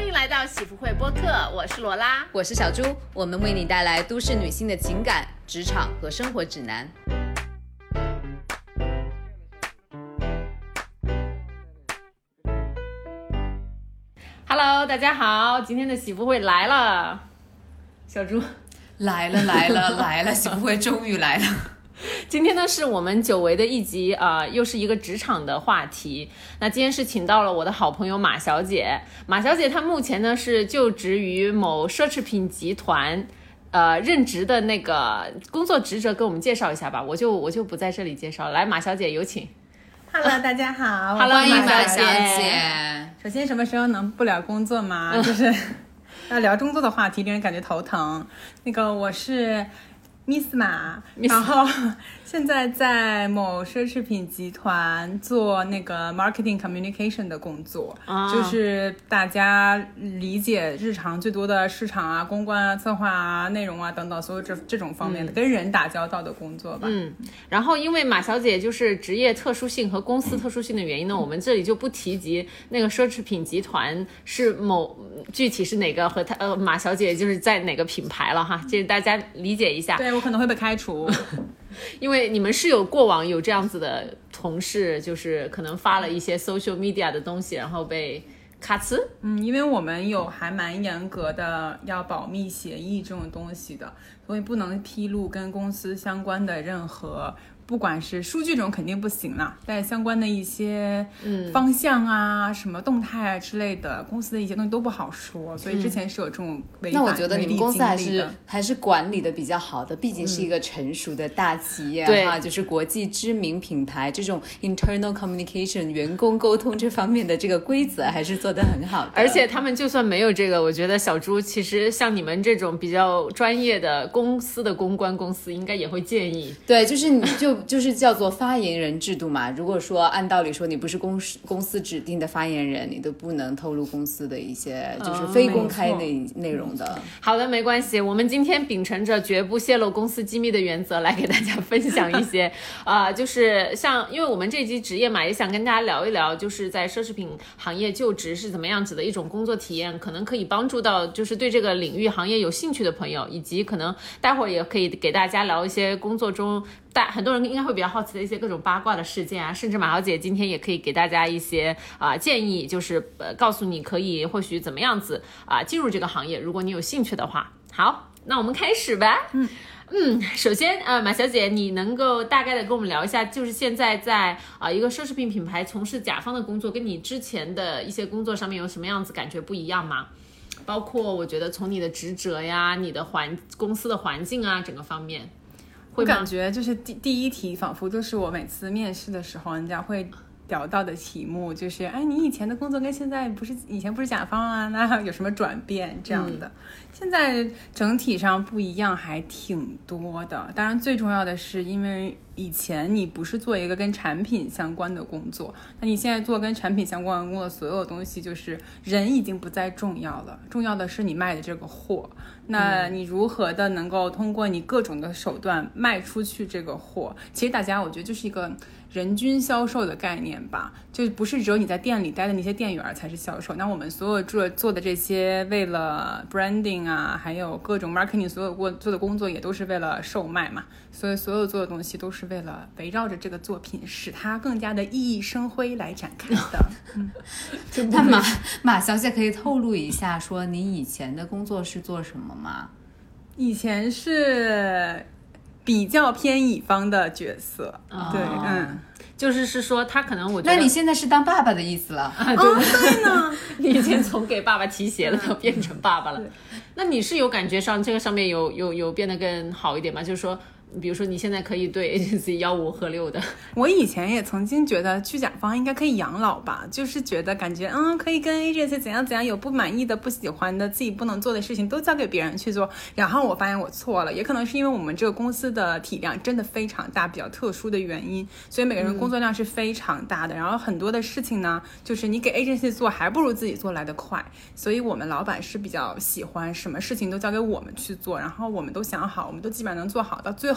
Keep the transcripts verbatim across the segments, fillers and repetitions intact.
欢迎来到喜福会播客，我是罗拉， 我是小朱，我们为你带来都市女性的情感、职场和生活指南。 Hello， 大家好，今天的喜福会来了，小朱来了来了来了，喜福会终于来了。 今天呢是我们久违的一集啊、呃，又是一个职场的话题。那今天是请到了我的好朋友马小姐，马小姐她目前呢是就职于某奢侈品集团，呃，任职的那个工作职责，给我们介绍一下吧。我就我就不在这里介绍了，来，马小姐有请。 Hello， 大家好。 Hello， 欢迎马小姐。 首先，什么时候能不聊工作吗？就是要聊工作的话题，令人感觉头疼。那个，我是Miss 马，然后现在在某奢侈品集团做那个 marketing communication 的工作，啊、就是大家理解日常最多的市场啊、公关啊、策划啊、内容啊等等，所有这这种方面的、嗯、跟人打交道的工作吧。 嗯，然后因为马小姐就是职业特殊性和公司特殊性的原因呢，嗯、我们这里就不提及那个奢侈品集团是某具体是哪个和她呃马小姐就是在哪个品牌了哈，就是大家理解一下。 对，我可能会被开除。 因为你们是有过往有这样子的同事，就是可能发了一些 social media 的东西，然后被卡词。 嗯，因为我们有还蛮严格的要保密协议这种东西的，所以不能披露跟公司相关的任何，不管是数据这种肯定不行了，但是相关的一些方向啊、嗯、什么动态啊之类的，公司的一些东西都不好说，所以之前是有这种违法、嗯、 那我觉得你们公司还是还是管理的比较好的，毕竟是一个成熟的大企业、嗯、哈，就是国际知名品牌，这种 internal communication 员工沟通这方面的这个规则还是做得很好的。 而且他们就算没有这个，我觉得小朱其实像你们这种比较专业的公司的公关公司应该也会建议。 对，就是你就就是叫做发言人制度嘛。如果说按道理说你不是公司公司指定的发言人，你都不能透露公司的一些就是非公开内、嗯、内容的。 好的，没关系，我们今天秉承着绝不泄露公司机密的原则来给大家分享一些啊、呃，就是像因为我们这期职业嘛，也想跟大家聊一聊，就是在奢侈品行业就职是怎么样子的一种工作体验，可能可以帮助到就是对这个领域行业有兴趣的朋友，以及可能待会儿也可以给大家聊一些工作中大很多人应该会比较好奇的一些各种八卦的事件啊，甚至马小姐今天也可以给大家一些啊、呃、建议，就是呃告诉你可以或许怎么样子啊、呃、进入这个行业，如果你有兴趣的话。好，那我们开始吧。嗯嗯，首先呃马小姐，你能够大概的跟我们聊一下，就是现在在啊、呃、一个奢侈品品牌从事甲方的工作，跟你之前的一些工作上面有什么样子感觉不一样吗？包括我觉得从你的职责呀、你的环公司的环境啊整个方面。 我感觉就是第第一题仿佛就是我每次面试的时候人家会聊到的题目，就是哎，你以前的工作跟现在不是以前不是甲方啊，那有什么转变这样的、嗯、现在整体上不一样还挺多的。当然最重要的是因为以前你不是做一个跟产品相关的工作，那你现在做跟产品相关的工作，所有东西就是人已经不再重要了，重要的是你卖的这个货，那你如何的能够通过你各种的手段卖出去这个货。其实大家我觉得就是一个人均销售的概念吧，就不是只有你在店里待的那些店员才是销售，那我们所有做做的这些为了 branding 啊，还有各种 marketing 所有过做的工作也都是为了售卖嘛，所以所有做的东西都是为了围绕着这个作品使它更加的熠熠生辉来展开的。嗯， 那马马小姐可以透露一下说你以前的工作是做什么吗？ 以前是比较偏乙方的角色、哦、对，嗯， 就是是说他可能我觉得， 那你现在是当爸爸的意思了啊？ 对、哦、对呢， 你以前从给爸爸提鞋了都变成爸爸了，那你是有感觉上这个上面有有有变得更好一点吗？就是说比如说你现在可以对 agency 吆五喝六的。 我以前也曾经觉得去甲方应该可以养老吧，就是觉得感觉嗯可以跟 agency 怎样怎样，有不满意的不喜欢的自己不能做的事情都交给别人去做。然后我发现我错了，也可能是因为我们这个公司的体量真的非常大，比较特殊的原因，所以每个人工作量是非常大的、嗯、然后很多的事情呢就是你给 agency 做还不如自己做来的快，所以我们老板是比较喜欢什么事情都交给我们去做，然后我们都想好，我们都基本上能做好，到最后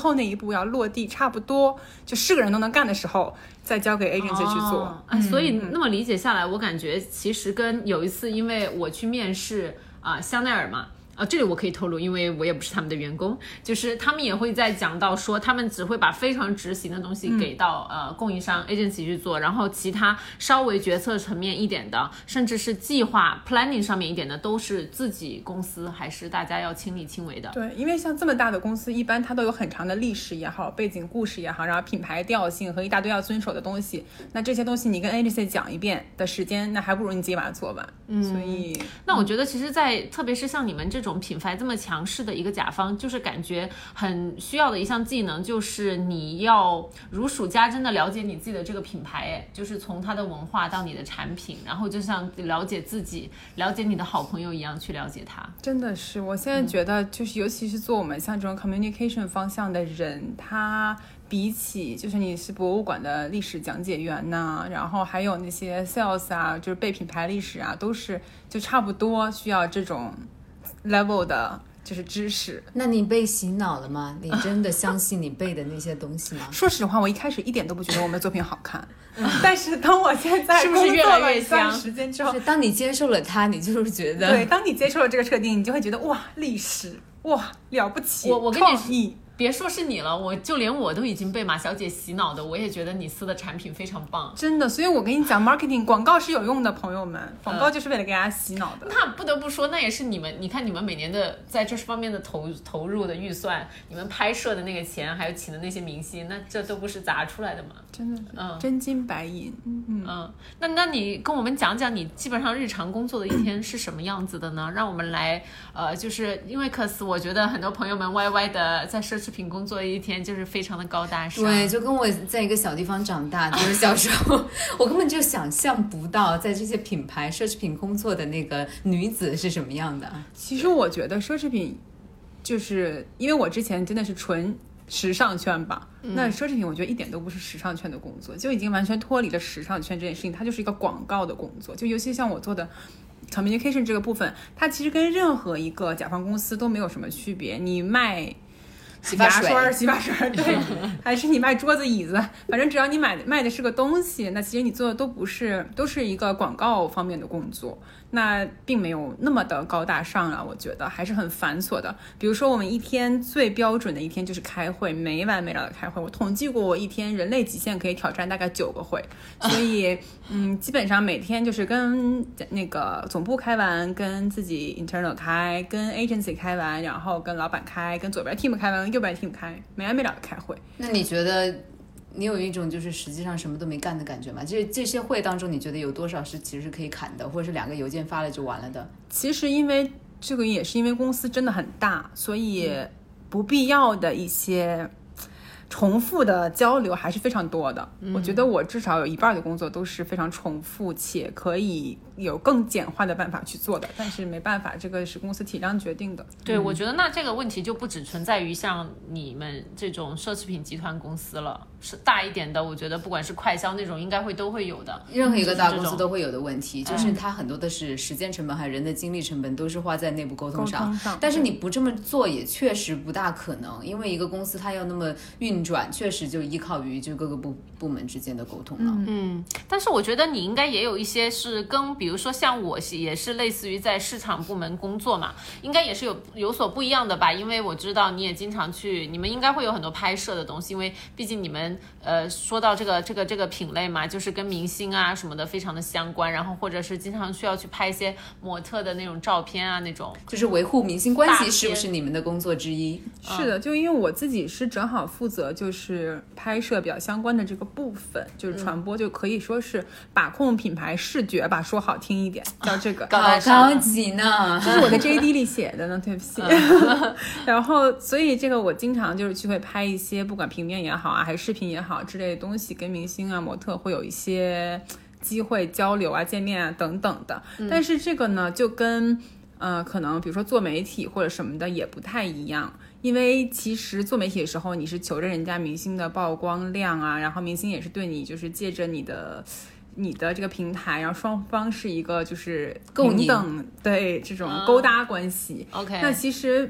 后那一步要落地差不多就是个人都能干的时候再交给 agency 去做、 哦哎、所以那么理解下来、嗯、我感觉其实跟有一次因为我去面试啊、呃、香奈儿嘛啊，这里我可以透露，因为我也不是他们的员工，就是他们也会在讲到说，他们只会把非常执行的东西给到、嗯、呃供应商 agency 去做，然后其他稍微决策层面一点的，甚至是计划 planning 上面一点的，都是自己公司还是大家要亲力亲为的。 对，因为像这么大的公司，一般它都有很长的历史也好，背景故事也好，然后品牌调性和一大堆要遵守的东西，那这些东西你跟 agency 讲一遍的时间，那还不如你自己把它做完。嗯，所以那我觉得其实在特别是像你们这种品牌这么强势的一个甲方，就是感觉很需要的一项技能，就是你要如数家珍的了解你自己的这个品牌，就是从它的文化到你的产品，然后就像了解自己了解你的好朋友一样去了解它。 真的是我现在觉得就是尤其是做我们像这种 communication 方向的人，他比起就是你是博物馆的历史讲解员呐、啊，然后还有那些 sales 啊，就是背品牌历史啊，都是就差不多需要这种level 的就是知识。 那你被洗脑了吗？你真的相信你背的那些东西吗？ 说实话，我一开始一点都不觉得我们的作品好看，嗯、但是当我现在是不是越来越香？ 时间之后， 是当你接受了它，你就是觉得对，当你接受了这个设定，你就会觉得哇，历史哇了不起， 我我跟你别说是你了，我就连我都已经被马小姐洗脑的，我也觉得你司的产品非常棒， 真的。所以我跟你讲 marketing 广告是有用的，朋友们，广告就是为了给大家洗脑的、 嗯、那不得不说那也是你们，你看你们每年的在这方面的投投入的预算，你们拍摄的那个钱，还有请的那些明星，那这都不是砸出来的吗？ 真的是嗯，真金白银。嗯嗯，那那你跟我们讲讲你基本上日常工作的一天是什么样子的呢？让我们来呃就是因为可是我觉得很多朋友们歪歪的在奢侈品工作一天就是非常的高大上， 对，就跟我在一个小地方长大，就是小时候我根本就想象不到在这些品牌奢侈品工作的那个女子是什么样的。 其实我觉得奢侈品就是因为我之前真的是纯时尚圈吧、嗯、那奢侈品我觉得一点都不是时尚圈的工作，就已经完全脱离了时尚圈这件事情，它就是一个广告的工作。就尤其像我做的communication 这个部分，它其实跟任何一个甲方公司都没有什么区别，你卖洗发水、 牙刷、洗发水，对，还是你卖桌子、椅子，反正只要你买卖的是个东西，那其实你做的都不是，都是一个广告方面的工作，那并没有那么的高大上啊，我觉得还是很繁琐的。比如说我们一天最标准的一天就是开会，没完没了的开会。我统计过，我一天人类极限可以挑战大概九个会，所以嗯，基本上每天就是跟那个总部开完，跟自己 internal 开，跟 agency 开完，然后跟老板开，跟左边 team 开完，右边 team 开，没完没了的开会。 那你觉得你有一种就是实际上什么都没干的感觉吗？这这些会当中你觉得有多少是其实是可以砍的，或者是两个邮件发了就完了的？ 其实因为这个也是因为公司真的很大，所以不必要的一些重复的交流还是非常多的、嗯、我觉得我至少有一半的工作都是非常重复且可以有更简化的办法去做的，但是没办法，这个是公司体量决定的。 对、嗯、我觉得那这个问题就不只存在于像你们这种奢侈品集团公司了，是大一点的，我觉得不管是快销那种应该会都会有的， 任何一个大公司都会有的问题、嗯、就是它很多的是时间成本还有人的精力成本都是花在内部沟通上, 沟通上但是你不这么做也确实不大可能，因为一个公司它要那么运转确实就依靠于就各个部部门之间的沟通了。 嗯, 嗯但是我觉得你应该也有一些是跟比如说像我也是类似于在市场部门工作嘛，应该也是有有所不一样的吧，因为我知道你也经常去，你们应该会有很多拍摄的东西，因为毕竟你们呃说到这个这个这个品类嘛，就是跟明星啊什么的非常的相关，然后或者是经常需要去拍一些模特的那种照片啊，那种就是维护明星关系是不是你们的工作之一？ 是的，就因为我自己是正好负责就是拍摄比较相关的这个部分，就是传播、嗯、就可以说是把控品牌视觉吧，说好听一点叫这个、 啊、好高级呢， 这是我的 J D 里写的呢，对不起、嗯、然后所以这个我经常就是去会拍一些不管平面也好啊还是视频也好之类的东西，跟明星啊模特会有一些机会交流啊见面啊等等的、嗯、但是这个呢就跟呃可能比如说做媒体或者什么的也不太一样，因为其实做媒体的时候你是求着人家明星的曝光量啊，然后明星也是对你就是借着你的你的这个平台，然后双方是一个就是平等对这种勾搭关系、 嗯、OK， 那其实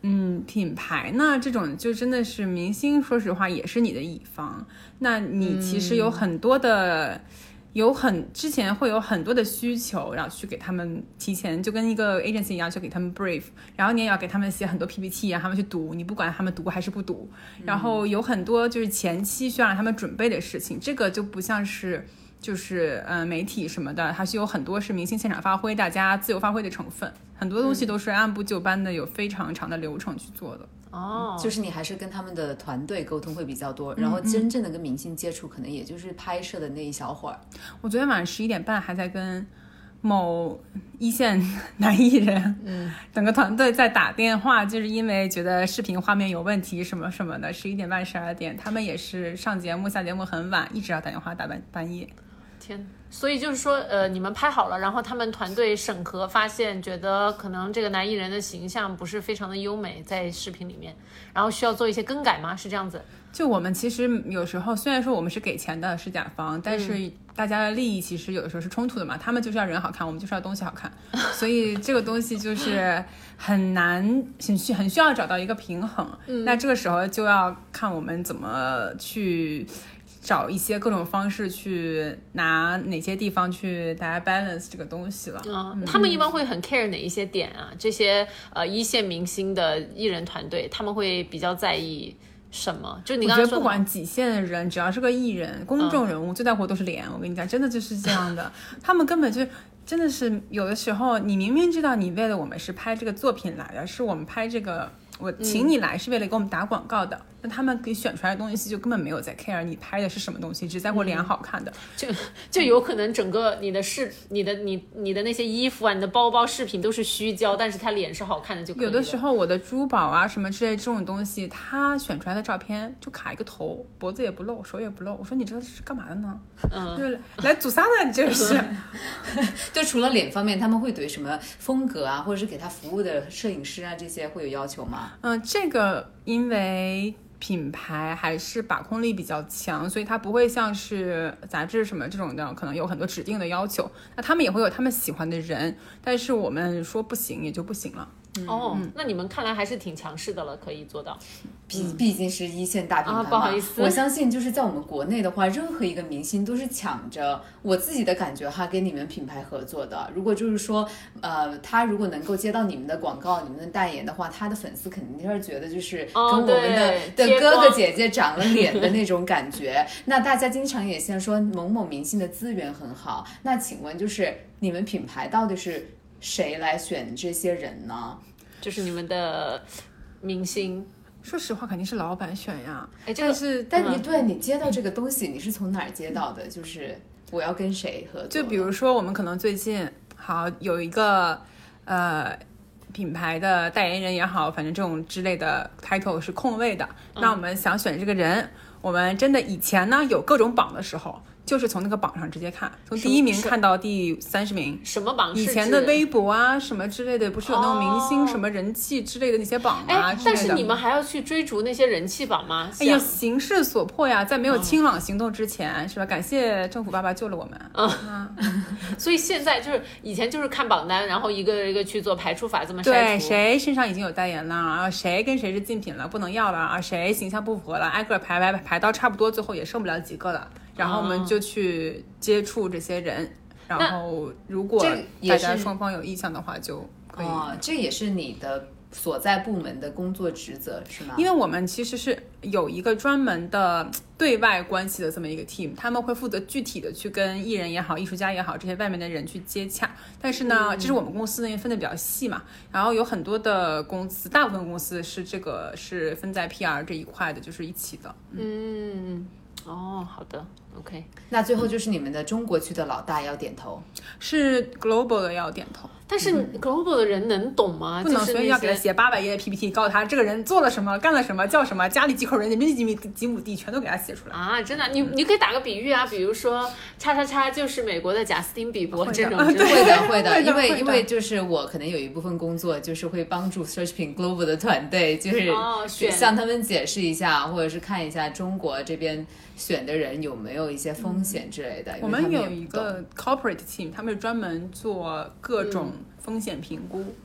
嗯，品牌呢，这种就真的是明星，说实话也是你的乙方，那你其实有很多的。嗯有很之前会有很多的需求，然后去给他们提前就跟一个 agency 一样，去给他们 brief， 然后你也要给他们写很多 P P T 让他们去读，你不管他们读还是不读，然后有很多就是前期需要让他们准备的事情，这个就不像是就是呃媒体什么的，它是有很多是明星现场发挥，大家自由发挥的成分，很多东西都是按部就班的，有非常长的流程去做的。 哦， 就是你还是跟他们的团队沟通会比较多，然后真正的跟明星接触可能也就是拍摄的那一小会儿。 我昨天晚上十一点半还在跟某一线男艺人，嗯，整个团队在打电话，就是因为觉得视频画面有问题什么什么的。十一点半十二点，他们也是上节目下节目很晚，一直要打电话打半半夜。 天，所以就是说，呃，你们拍好了，然后他们团队审核发现，觉得可能这个男艺人的形象不是非常的优美，在视频里面，然后需要做一些更改吗？是这样子？ 就我们其实有时候虽然说我们是给钱的是甲方，但是大家的利益其实有的时候是冲突的嘛，他们就是要人好看，我们就是要东西好看，所以这个东西就是很难，很需很需要找到一个平衡。嗯，那这个时候就要看我们怎么去找一些各种方式去拿哪些地方去大家 balance 这个东西了。 嗯，他们一般会很 care 哪一些点啊？这些呃一线明星的艺人团队，他们会比较在意什么？就你刚刚说的， 我觉得不管几线的人，只要是个艺人、公众人物，嗯、最在乎都是脸。我跟你讲，真的就是这样的。他们根本就真的是有的时候，你明明知道你为了我们是拍这个作品来的，是我们拍这个。我请你来是为了给我们打广告的，那、嗯、他们给选出来的东西就根本没有在 care 你拍的是什么东西，只在乎脸好看的， 就就有可能整个你的饰、你的你你的那些衣服啊、你的包包、饰品都是虚焦，但是他脸是好看的就可以了。 有的时候我的珠宝啊什么之类这种东西，他选出来的照片就卡一个头，脖子也不露，手也不露，我说你这是干嘛的呢？嗯，就是来做啥的？你这是。 就除了脸方面，他们会对什么风格啊，或者是给他服务的摄影师啊这些会有要求吗？ 嗯，这个因为品牌还是把控力比较强，所以它不会像是杂志什么这种的，可能有很多指定的要求。那他们也会有他们喜欢的人，但是我们说不行也就不行了。 哦、嗯，那你们看来还是挺强势的了，可以做到。 毕毕竟是一线大品牌嘛、啊， 不好意思， 我相信就是在我们国内的话，任何一个明星都是抢着，我自己的感觉哈，跟你们品牌合作的。如果就是说，呃，他如果能够接到你们的广告、你们的代言的话，他的粉丝肯定是觉得就是跟我们的、哦、的哥哥姐姐长了脸的那种感觉。那大家经常也像说某某明星的资源很好，那请问就是你们品牌到底是谁来选这些人呢？ 就是你们的明星， 说实话肯定是老板选呀。 哎，这个、 但是但你、嗯、对你接到这个东西，你是从哪儿接到的？就是我要跟谁合作？ 就比如说我们可能最近好有一个呃品牌的代言人也好，反正这种之类的 title 是空位的、嗯，那我们想选这个人，我们真的以前呢有各种榜的时候。就是从那个榜上直接看，从第一名看到第三十名。 什么榜？ 以前的微博啊什么之类的，不是有那种明星、哦、什么人气之类的那些榜啊？ 但是你们还要去追逐那些人气榜吗？ 哎呀，形势所迫呀，在没有清朗行动之前，嗯、是吧？感谢政府爸爸救了我们。 嗯，嗯所以现在就是以前就是看榜单，然后一个一个去做排除法，这么筛除。 对，谁身上已经有代言了，然后谁跟谁是竞品了，不能要了啊？谁形象不符合了，挨个排排排到差不多，最后也剩不了几个了。然后我们就去接触这些人，然后如果大家双方有意向的话，就可以。 哦，这也是你的所在部门的工作职责是吗？ 因为我们其实是有一个专门的对外关系的这么一个 team， 他们会负责具体的去跟艺人也好、艺术家也好这些外面的人去接洽。但是呢，嗯、这是我们公司呢分的比较细嘛，然后有很多的公司，大部分公司是这个是分在 P R 这一块的，就是一起的。 嗯。嗯哦，好的 ，OK。 那最后就是你们的中国区的老大要点头， 是 global 的要点头。 但是 global 的人能懂吗？ 不能，所以要给他写八百页的 P P T， 告诉他这个人做了什么，干了什么，叫什么，家里几口人，你们几米几亩地，全都给他写出来啊！真的，你你可以打个比喻啊，比如说叉叉叉就是美国的贾斯汀比伯这种， 会的会的，因为因为就是我可能有一部分工作就是会帮助 Searchpin Global 的团队，就是向他们解释一下，或者是看一下中国这边选的人有没有一些风险之类的。 嗯、我们有一个 corporate team， 他们是专门做各种风险评估。 嗯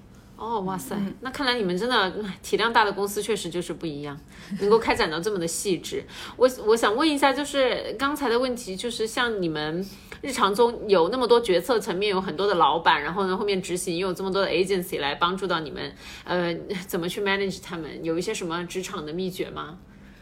哦，哇塞，嗯、那看来你们真的体量大的公司确实就是不一样，能够开展到这么的细致。我我想问一下，就是刚才的问题，就是像你们日常中有那么多决策层面，有很多的老板，然后呢后面执行又有这么多的 agency 来帮助到你们，呃，怎么去 manage 他们？有一些什么职场的秘诀吗？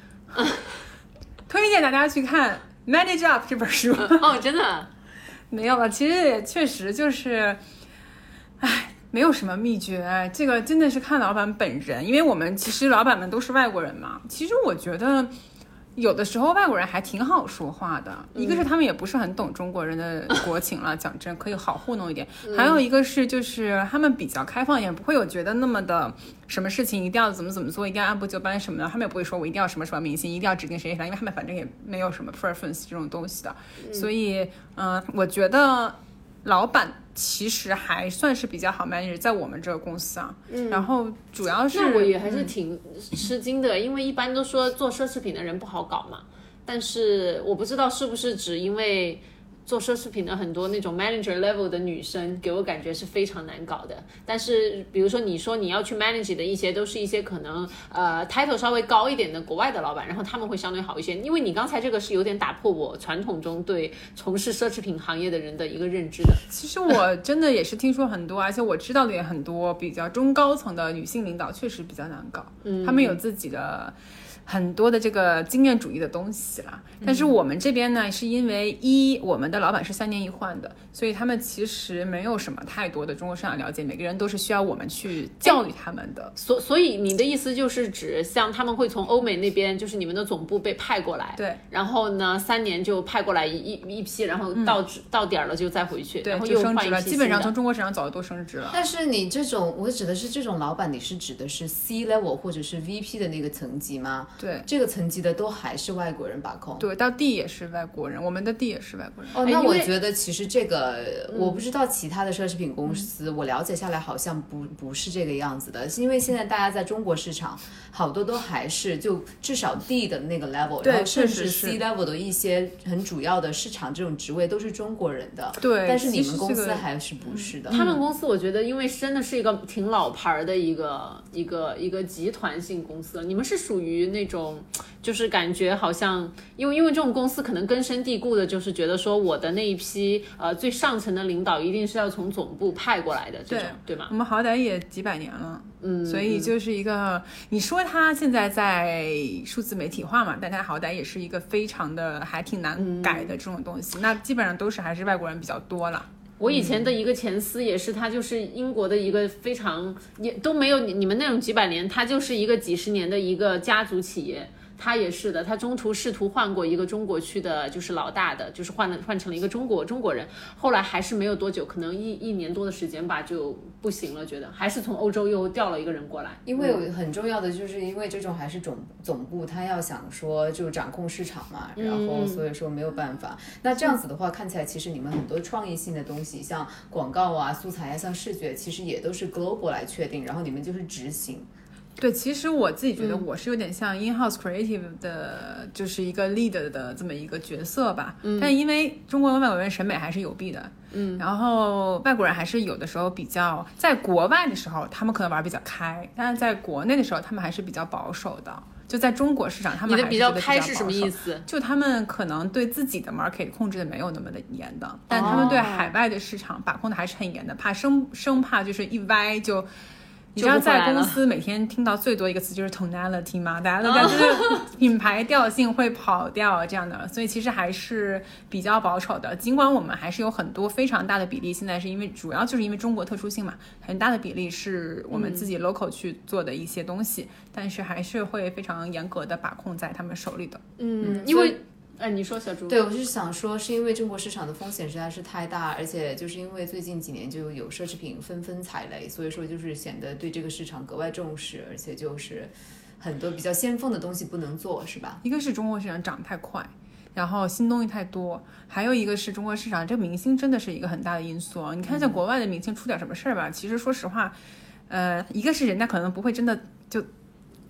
推荐大家去看《Manage Up》这本书。 哦，真的没有了，其实也确实就是，唉。没有什么秘诀，这个真的是看老板本人，因为我们其实老板们都是外国人嘛。其实我觉得有的时候外国人还挺好说话的，一个是他们也不是很懂中国人的国情了，讲真可以好糊弄一点。还有一个是就是他们比较开放一点，不会有觉得那么的什么事情一定要怎么怎么做，一定要按部就班什么的。他们也不会说我一定要什么什么明星，一定要指定谁谁来，因为他们反正也没有什么 preference 这种东西的。所以嗯、呃，我觉得老板其实还算是比较好 manage 在我们这个公司啊，嗯、然后主要是那我也还是挺吃惊的、嗯，因为一般都说做奢侈品的人不好搞嘛，但是我不知道是不是只因为做奢侈品的很多那种 manager level 的女生给我感觉是非常难搞的，但是比如说你说你要去 manage 的一些都是一些可能呃 title 稍微高一点的国外的老板，然后他们会相对好一些，因为你刚才这个是有点打破我传统中对从事奢侈品行业的人的一个认知的。 其实我真的也是听说很多，而且我知道的也很多比较中高层的女性领导确实比较难搞，嗯，他们有自己的很多的这个经验主义的东西啦，但是我们这边呢，是因为一我们的老板是三年一换的，所以他们其实没有什么太多的中国市场了解，每个人都是需要我们去教育他们的。 所所以你的意思就是指像他们会从欧美那边，就是你们的总部被派过来， 对， 然后呢三年就派过来一一批，然后到、嗯、到点了就再回去， 对， 然后又升职了，基本上从中国市场早就都升职了。 但是你这种，我指的是这种老板，你是指的是 C level 或者是 V P 的那个层级吗？ 对， 这个层级的都还是外国人把控。 对，到 D 也是外国人，我们的 D 也是外国人。 哦，那我觉得其实这个、嗯、我不知道其他的奢侈品公司、嗯、我了解下来好像不不是这个样子的，是因为现在大家在中国市场好多都还是就至少 D 的那个 level， 然后甚至 C level 的一些很主要的市场这种职位都是中国人的。 对， 但是你们公司还是不是的。 他们公司我觉得因为真的是一个挺老牌的一个一个一个集团性公司，你们是属于那种就是感觉好像因为因为这种公司可能根深蒂固的就是觉得说我的那一批呃最上层的领导一定是要从总部派过来的这种， 对, 对吗？ 我们好歹也几百年了，嗯，所以就是一个你说他现在在数字媒体化嘛，但他好歹也是一个非常的还挺难改的这种东西、嗯、那基本上都是还是外国人比较多了。 我以前的一个前司也是，他就是英国的一个非常也都没有你们那种几百年，他就是一个几十年的一个家族企业。他也是的，他中途试图换过一个中国区的，就是老大的，就是换了换成了一个中国中国人，后来还是没有多久，可能一一年多的时间吧，就不行了，觉得还是从欧洲又调了一个人过来。 因为有很重要的就是因为这种还是总总部，他要想说就掌控市场嘛，然后所以说没有办法。嗯、那这样子的话，看起来其实你们很多创意性的东西，像广告啊、素材啊、像视觉，其实也都是 global 来确定，然后你们就是执行。 对，其实我自己觉得我是有点像 in-house creative 的，就是一个 lead 的这么一个角色吧。嗯，但因为中国外国人审美还是有弊的，嗯，然后外国人还是有的时候比较，在国外的时候他们可能玩比较开，但是在国内的时候他们还是比较保守的。就在中国市场，他们还是比较开是什么意思？ 就他们可能对自己的 market 控制的没有那么的严的，但他们对海外的市场把控的还是很严的，怕生生怕就是一歪就。你知道在公司每天听到最多一个词就是 tonality 吗？大家都感觉就是品牌调性会跑掉这样的，所以其实还是比较保守的。尽管我们还是有很多非常大的比例，现在是因为主要就是因为中国特殊性嘛，很大的比例是我们自己 local 去做的一些东西，嗯、但是还是会非常严格的把控在他们手里的。 嗯，因为。哎，你说小朱？ 对，我就是想说，是因为中国市场的风险实在是太大，而且就是因为最近几年就有奢侈品纷纷踩雷，所以说就是显得对这个市场格外重视，而且就是很多比较先锋的东西不能做，是吧？ 一个是中国市场涨太快，然后新东西太多，还有一个是中国市场这个明星真的是一个很大的因素啊。你看像国外的明星出点什么事儿吧，其实说实话，呃，一个是人家可能不会真的就。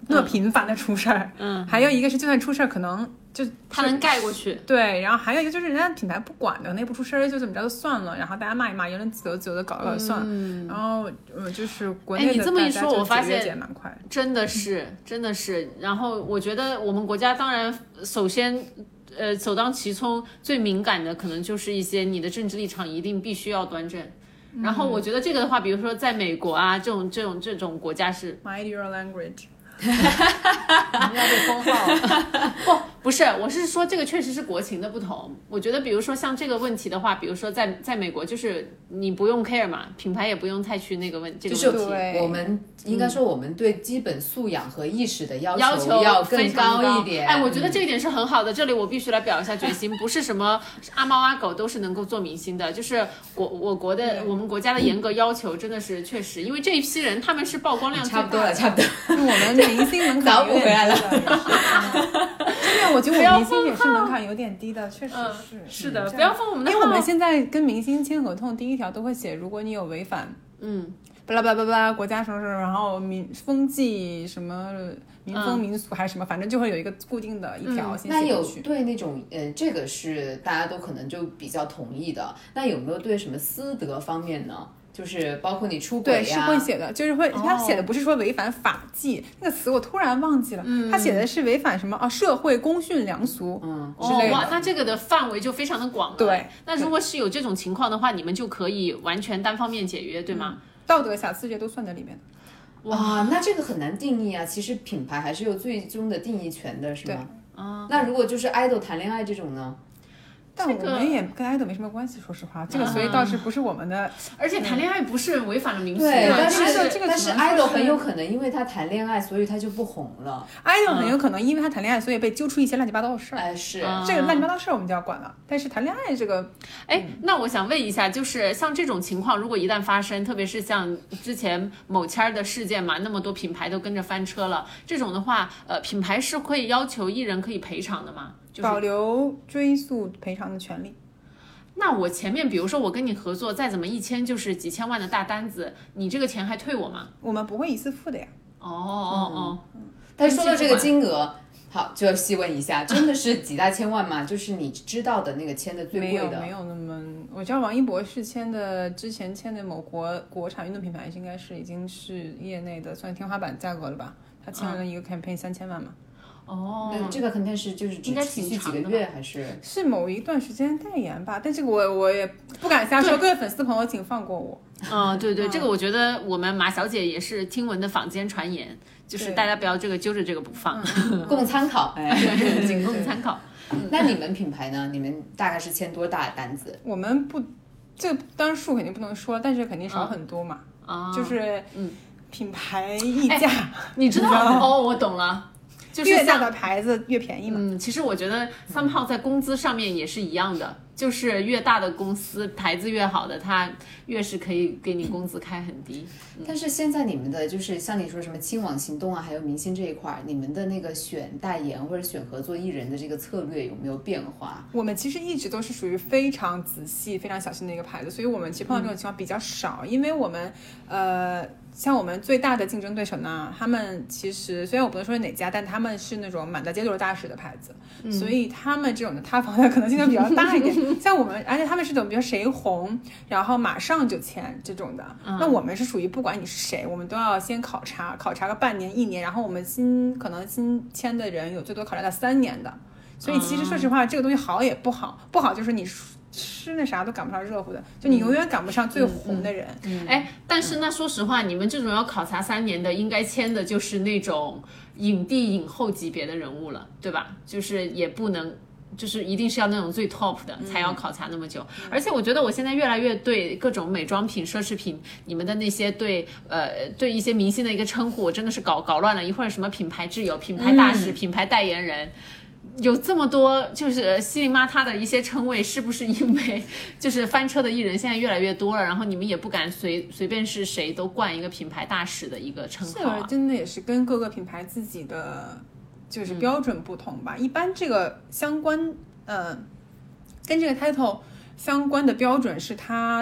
那么频繁的出事儿。嗯，还有一个是就算出事儿，可能就它能盖过去。 对，然后还有一个就是人家品牌不管的，内部出事儿就怎么着就算了，然后大家骂一骂，言论自由自由的搞搞就算了。嗯，然后呃就是国内的， 哎，你这么一说，我发现蛮快， 真的是真的是。然后我觉得我们国家当然首先。呃，首当其冲最敏感的可能就是一些你的政治立场一定必须要端正，嗯、然后我觉得这个的话，比如说在美国啊这种这种这种国家是 Mind your language 要被封号不不是，我是说这个确实是国情的不同。我觉得比如说像这个问题的话，比如说在在美国就是你不用 care 嘛，品牌也不用太去那个问这个问题。 就是我们应该说我们对基本素养和意识的要求要求要更高一点。 哎，我觉得这一点是很好的。这里我必须来表一下决心，不是什么阿猫阿狗都是能够做明星的，就是国我国的我们国家的严格要求真的是确实，因为这一批人他们是曝光量最大的。 差不多了，差不多。 我们明星门槛补回来了。 真的，我觉得我们明星也是门槛有点低的，确实是。 嗯、是的，不要封我们的号。 因为我们现在跟明星签合同，第一条都会写，如果你有违反， 嗯， 巴拉巴拉巴拉国家什么什么，然后民风纪什么民风民俗还是什么，嗯、反正就会有一个固定的一条先写进去。 那有对那种呃，这个是大家都可能就比较同意的。那有没有对什么私德方面呢？就是包括你出轨呀、啊， 对，是会写的，就是会， 哦、 他写的不是说违反法纪、那个词，我突然忘记了，嗯、他写的是违反什么啊？社会公序良俗， 嗯， 之类的。 哦、哇，那这个的范围就非常的广了。 对， 那如果是有这种情况的话，你们就可以完全单方面解约，对吗？ 嗯、道德瑕疵这些都算在里面的。 哇，那这个很难定义啊。其实品牌还是有最终的定义权的，是吗？ 对啊。 那如果就是 idol 谈恋爱这种呢？ 但我们也跟 idol 没什么关系，说实话，这个所以倒是不是我们的。 而且谈恋爱不是违反了民俗， 对，但是这个但是 idol 很有可能因为他谈恋爱，所以他就不红了。 idol 很有可能因为他谈恋爱，所以被揪出一些乱七八糟的事儿。 哎，是这个乱七八糟事儿我们就要管了。但是谈恋爱这个， 哎，那我想问一下，就是像这种情况，如果一旦发生，特别是像之前某签的事件嘛，那么多品牌都跟着翻车了，这种的话，呃，品牌是会要求艺人可以赔偿的吗？就是、 保留追诉赔偿的权利。 那我前面比如说我跟你合作，再怎么一签就是几千万的大单子，你这个钱还退我吗？ 我们不会一次付的呀。 哦哦哦， 嗯、但说到这个金额，好就要细问一下，真的是几大千万吗？就是你知道的那个签的最贵的？ 没有没有那么，我知道王一博士签的之前签的某国国产运动品牌，应该是已经是业内的算天花板价格了吧？他签了一个 campaign 三千万嘛。 哦， 那这个肯定是就是应该持续几个月还是是某一段时间代言吧？但这个我我也不敢瞎说，各位粉丝朋友请放过我。 嗯，对对，这个我觉得我们马小姐也是听闻的坊间传言，就是大家不要这个揪着这个不放， 嗯、供参考，哎， 仅供参考。 那你们品牌呢？你们大概是签多大的单子？ 我们不，这个当然数肯定不能说，但是肯定少很多嘛。 啊、嗯， 就是嗯， 品牌溢价，哎、 你知道哦，我懂了。就是越大的牌子越便宜嘛。 嗯，其实我觉得三炮在工资上面也是一样的，就是越大的公司牌子越好的，它越是可以给你工资开很低。 嗯、但是现在你们的就是像你说什么亲网行动啊，还有明星这一块，你们的那个选代言或者选合作艺人的这个策略有没有变化？ 我们其实一直都是属于非常仔细、非常小心的一个牌子，所以我们其实碰到这种情况比较少，嗯、因为我们呃。像我们最大的竞争对手呢，他们其实虽然我不能说是哪家，但他们是那种满大街都是大使的牌子，嗯、所以他们这种的塌房的可能性就比较大一点。像我们，而且他们是这种，比如谁红，然后马上就签这种的。嗯、那我们是属于不管你是谁，我们都要先考察，考察个半年、一年，然后我们新可能新签的人有最多考察到三年的。所以其实说实话，嗯、这个东西好也不好，不好就是你。吃那啥都赶不上热乎的，就你永远赶不上最红的人。哎、 嗯嗯嗯，但是那说实话，你们这种要考察三年的，应该签的就是那种影帝影后级别的人物了，对吧？就是也不能，就是一定是要那种最 top 的才要考察那么久。嗯、而且我觉得我现在越来越对各种美妆品、奢侈品，你们的那些对呃对一些明星的一个称呼，我真的是搞搞乱了。一会儿什么品牌挚友、品牌大使、嗯、品牌代言人。有这么多就是稀里邋遢的一些称谓，是不是因为就是翻车的艺人现在越来越多了，然后你们也不敢随随便是谁都冠一个品牌大使的一个称号、啊？ 是，真的也是跟各个品牌自己的就是标准不同吧。嗯、一般这个相关呃跟这个 title 相关的标准是它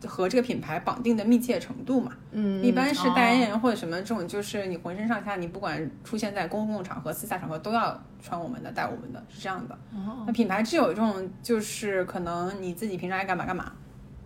和这个品牌绑定的密切程度嘛。嗯，一般是代言人或者什么这种，就是你浑身上下，你不管出现在公共场合、私下场合都要穿我们的、带我们的，是这样的。哦，那品牌是有这种，就是可能你自己平常爱干嘛干嘛。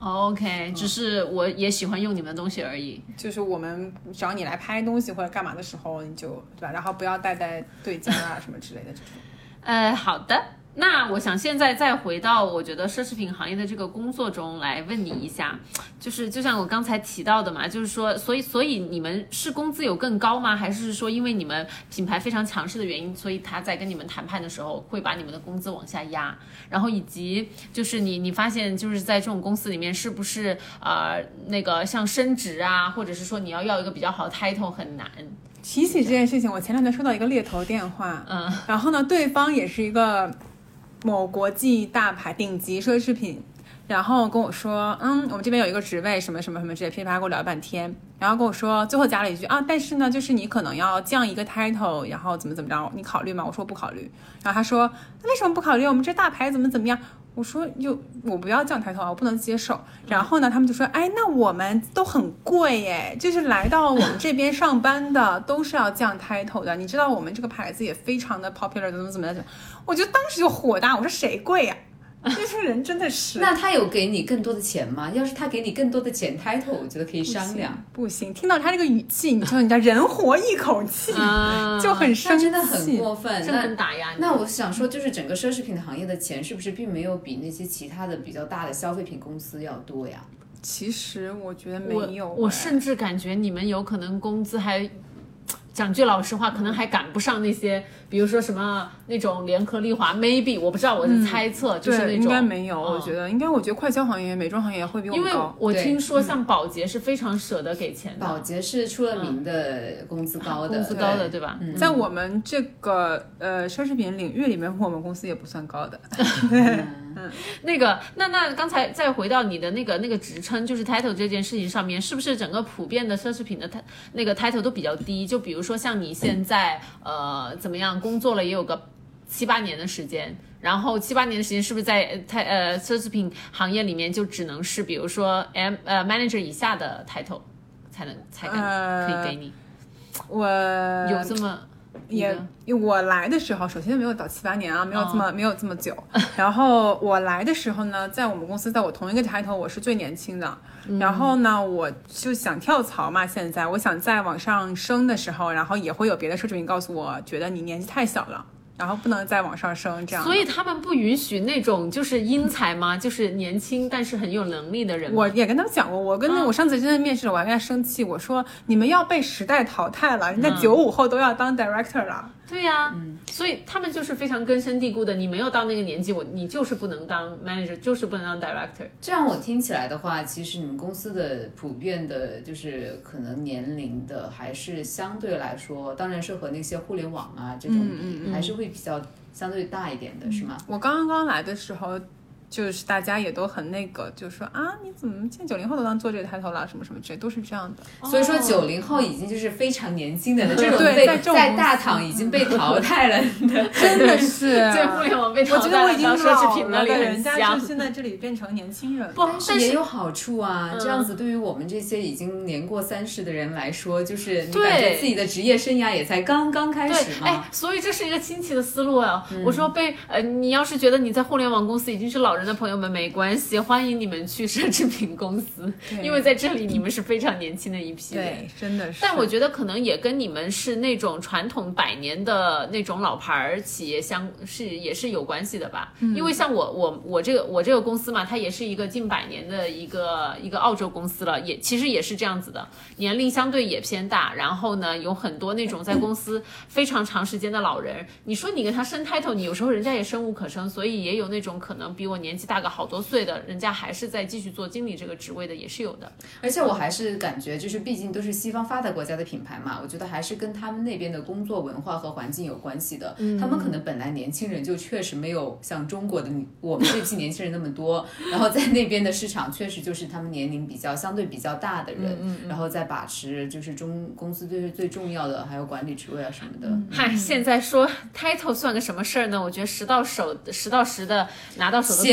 OK， 只是我也喜欢用你们的东西而已。 就是我们找你来拍东西或者干嘛的时候，你就对吧？然后不要带带对家啊什么之类的这种。 呃，好的。那我想现在再回到我觉得奢侈品行业的这个工作中来问你一下，就是就像我刚才提到的嘛，就是说，所以所以你们是工资有更高吗？还是说因为你们品牌非常强势的原因，所以他在跟你们谈判的时候会把你们的工资往下压？然后以及就是你你发现就是在这种公司里面是不是呃那个像升职啊，或者是说你要要一个比较好的 title 很难？ 提起这件事情，我前两天收到一个猎头电话，嗯，然后呢，对方也是一个某国际大牌顶级奢侈品，然后跟我说，嗯，我们这边有一个职位什么什么什么之类，噼里啪啦跟我聊了半天，然后跟我说，最后加了一句啊，但是呢，就是你可能要降一个 title， 然后怎么怎么着，你考虑吗？我说不考虑。然后他说，那为什么不考虑？我们这大牌怎么怎么样？我说就我不要降 title 啊，我不能接受。然后呢，他们就说，哎，那我们都很贵耶，就是来到我们这边上班的都是要降 title 的。你知道我们这个牌子也非常的 popular， 怎么怎么样？我就当时就火大，我说谁贵呀、啊？这些人真的是。 那他有给你更多的钱吗？要是他给你更多的钱 title， 我觉得可以商量。 不行，不行，听到他这个语气，你知道人家人活一口气，啊、就很生气， 真的很过分， 这很打压你。 那我想说，就是整个奢侈品的行业的钱，是不是并没有比那些其他的比较大的消费品公司要多呀？ 其实我觉得没有、 我，我甚至感觉你们有可能工资还。讲句老实话，可能还赶不上那些，比如说什么那种联合利华 ，maybe 我不知道，我的猜测、嗯、就是那种， 应该没有、嗯，我觉得应该，我觉得快消行业、美妆行业会比我们高。 因为我听说像宝洁是非常舍得给钱的， 宝洁是出了名的工资高的， 工资高的对吧？ 嗯、在我们这个呃奢侈品领域里面，我们公司也不算高的。 嗯，那个，那那刚才再回到你的那个那个职称，就是 title 这件事情上面，是不是整个普遍的奢侈品的那个 title 都比较低？就比如说像你现在呃怎么样工作了也有个七八年的时间，然后七八年的时间是不是在呃奢侈品行业里面就只能是比如说 M 呃 manager 以下的 title 才能才敢可以给你？ 我有这么。 也我来的时候，首先没有到七八年啊，没有这么、哦、没有这么久。然后我来的时候呢，在我们公司，在我同一个抬头，我是最年轻的。嗯、然后呢，我就想跳槽嘛，现在我想再往上升的时候，然后也会有别的奢侈品告诉我，觉得你年纪太小了。然后不能再往上升，这样。 所以他们不允许那种就是英才吗？就是年轻但是很有能力的人吗？ 我也跟他们讲过，我跟、嗯、我上次真的面试了，我还跟他生气，我说你们要被时代淘汰了，人家九五后都要当 director 了。 嗯、对呀、啊嗯，所以他们就是非常根深蒂固的，你没有到那个年纪，我你就是不能当 manager， 就是不能当 director。 这样我听起来的话，其实你们公司的普遍的就是可能年龄的还是相对来说，当然是和那些互联网啊这种比，嗯嗯嗯还是会比较相对大一点的，是吗？ 我刚刚来的时候，就是大家也都很那个，就说啊，你怎么现在九零后都当做这个抬头了，什么什么之类，都是这样的。 所以说九零后已经就是非常年轻的了，这种被在大厂已经被淘汰了的， 真的是在互联网被淘汰了。 我觉得我已经奢侈品老了， 人家就现在这里变成年轻人了。 不，但是也有好处啊。这样子对于我们这些已经年过三十的人来说，就是你感觉自己的职业生涯也才刚刚开始嘛。 哎，所以这是一个新奇的思路啊。嗯、我说被呃，你要是觉得你在互联网公司已经是老人的朋友们没关系，欢迎你们去奢侈品公司，因为在这里你们是非常年轻的一批人。 对，真的是。 但我觉得可能也跟你们是那种传统百年的那种老牌企业相是也是有关系的吧。嗯、因为像我我我这个我这个公司嘛，它也是一个近百年的一个一个澳洲公司了，也其实也是这样子的，年龄相对也偏大，然后呢有很多那种在公司非常长时间的老人，你说你跟他升 title， 你有时候人家也生无可生，所以也有那种可能比我年纪大个好多岁的，人家还是在继续做经理这个职位的，也是有的。 而且我还是感觉，就是毕竟都是西方发达国家的品牌嘛，我觉得还是跟他们那边的工作文化和环境有关系的。嗯、他们可能本来年轻人就确实没有像中国的我们这批年轻人那么多，然后在那边的市场确实就是他们年龄比较相对比较大的人，嗯嗯、然后再把持就是中公司最最重要的还有管理职位啊什么的。 嗨、嗯，现在说 title 算个什么事儿呢？我觉得实到手实到实的拿到手的工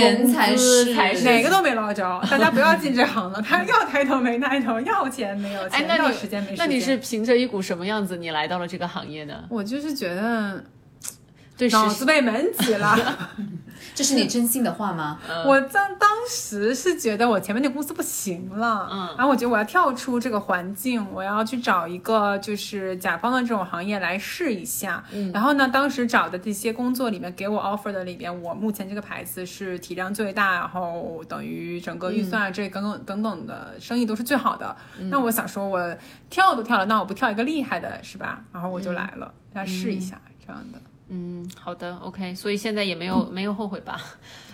钱才是才是哪个都没捞着，大家不要进这行了。他要抬头没抬头，要钱没有钱， 哎，那要你时间没时间。 那你是凭着一股什么样子你来到了这个行业呢？ 我就是觉得对脑子被门挤了。 这是你真心的话吗？ 我当当时是觉得我前面那公司不行了，嗯，然后我觉得我要跳出这个环境，我要去找一个就是甲方的这种行业来试一下。嗯，然后呢，当时找的这些工作里面给我 offer 的里边，我目前这个牌子是体量最大，然后等于整个预算啊、嗯、这等等等等的生意都是最好的。嗯、那我想说，我跳都跳了，那我不跳一个厉害的是吧？然后我就来了，来、嗯、试一下、嗯、这样的。 嗯，好的 ，OK， 所以现在也没有、嗯、没有后悔吧？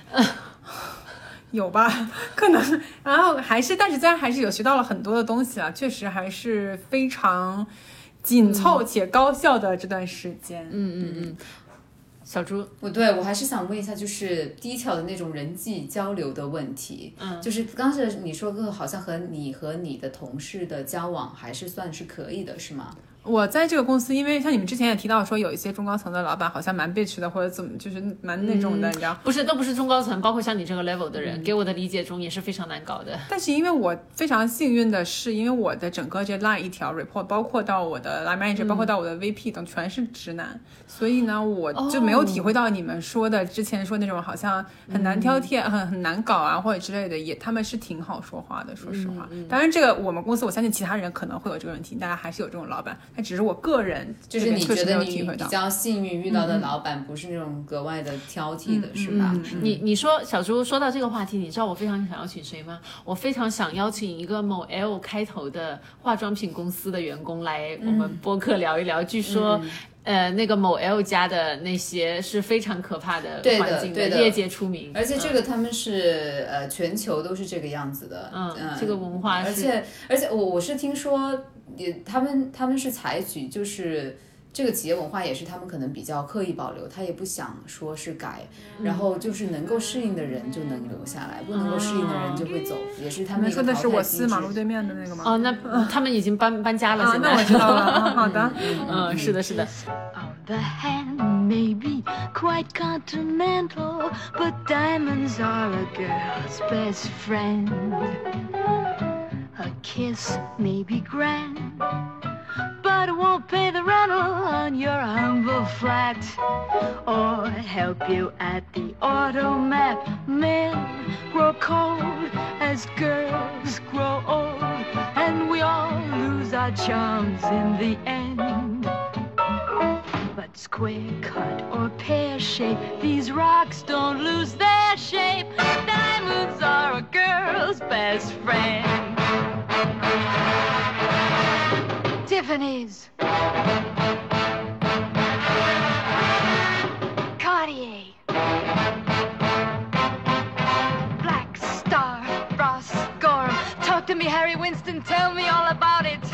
有吧，可能，然后还是，但是虽然还是有学到了很多的东西啊，确实还是非常紧凑且高效的这段时间。 嗯嗯嗯。小朱， 我对我还是想问一下，就是低调的那种人际交流的问题。嗯，就是刚才你说过，好像和你和你的同事的交往还是算是可以的，是吗？ 我在这个公司，因为像你们之前也提到说，有一些中高层的老板好像蛮 bitch 的，或者怎么，就是蛮那种的，嗯、你知道？ 不是，都不是中高层，包括像你这个 level 的人，嗯、给我的理解中也是非常难搞的。 但是因为我非常幸运的是，因为我的整个这 line 一条 report， 包括到我的 line manager，、嗯、包括到我的 V P 等，全是直男，所以呢，我就没有体会到你们说的、哦、之前说那种好像很难挑剔、嗯、很很难搞啊，或者之类的，也他们是挺好说话的，说实话。嗯嗯、当然，这个我们公司，我相信其他人可能会有这个问题，大家还是有这种老板，但只是我个人。 就是你觉得你比较幸运遇到的老板不是那种格外的挑剔的、嗯、是吧、嗯嗯、你你说小朱说到这个话题，你知道我非常想邀请谁吗？我非常想邀请一个某 L 开头的化妆品公司的员工来我们播客聊一聊、嗯、据说、嗯呃，那个某 L 家的那些是非常可怕的环境 的, 对的, 对的业界出名， 而且这个他们是、嗯、呃全球都是这个样子的， 嗯，嗯这个文化是， 而且而且我我是听说也他们他们是采取就是这个企业文化也是他们可能比较刻意保留，他也不想说是改、嗯、然后就是能够适应的人就能留下来、嗯、不能够适应的人就会走、嗯、也是他们一个淘汰机制。 说的是我司马路对面的那个吗？ 哦，那、嗯、他们已经搬搬家了、啊、现在那我知道了好的嗯, 嗯是的是的。 The hand may be quite continental, but diamonds are a girl's best friend. A kiss may be grand, but it won't pay the rental on your humble flat, or help you at the automat. Men grow cold as girls grow old, and we all lose our charms in the end.But square cut or pear shape, these rocks don't lose their shape. Diamonds are a girl's best friend. Tiffany's, Cartier, Black Star, Ross Gorham. Talk to me, Harry Winston, tell me all about it.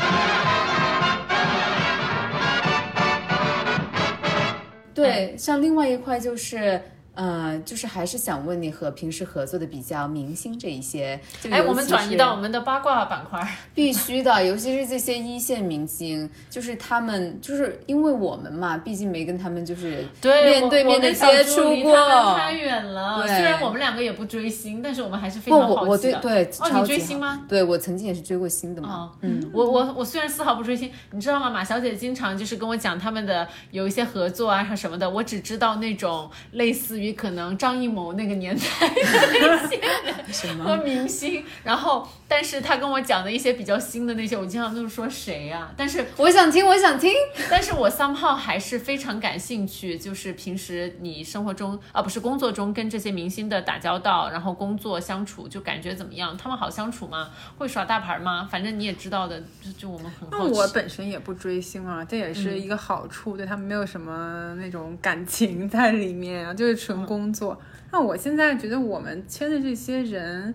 对，像另外一块就是呃，就是还是想问你和平时合作的比较明星这一些， 哎，我们转移到我们的八卦板块， 必须的，尤其是这些一线明星，就是他们，就是因为我们嘛，毕竟没跟他们就是面对面的接触过， 太远了。虽然我们两个也不追星，但是我们还是非常好奇的。 我我对对， 哦，你追星吗？ 对，我曾经也是追过星的嘛。 哦、嗯，我我我虽然丝毫不追星，你知道吗？马小姐经常就是跟我讲他们的有一些合作啊什么的，我只知道那种类似于可能张艺谋那个年代的那些人和明星，然后但是他跟我讲的一些比较新的那些，我经常都是说谁呀、啊？但是我想听，我想听， 但是我 somehow 还是非常感兴趣，就是平时你生活中啊不是工作中跟这些明星的打交道，然后工作相处就感觉怎么样？他们好相处吗？会耍大牌吗？反正你也知道的，就就我们很好奇。 我本身也不追星啊，这也是一个好处，嗯、对他们没有什么那种感情在里面啊，就是纯工作。嗯、那我现在觉得我们签的这些人，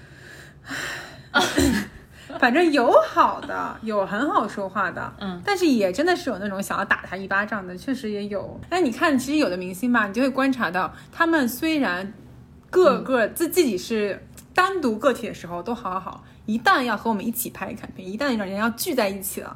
反正有好的，有很好说话的，嗯，但是也真的是有那种想要打他一巴掌的，确实也有。但你看，其实有的明星吧，你就会观察到，他们虽然各个自、嗯、自己是单独个体的时候都好好，一旦要和我们一起拍一看片，一旦人要聚在一起了，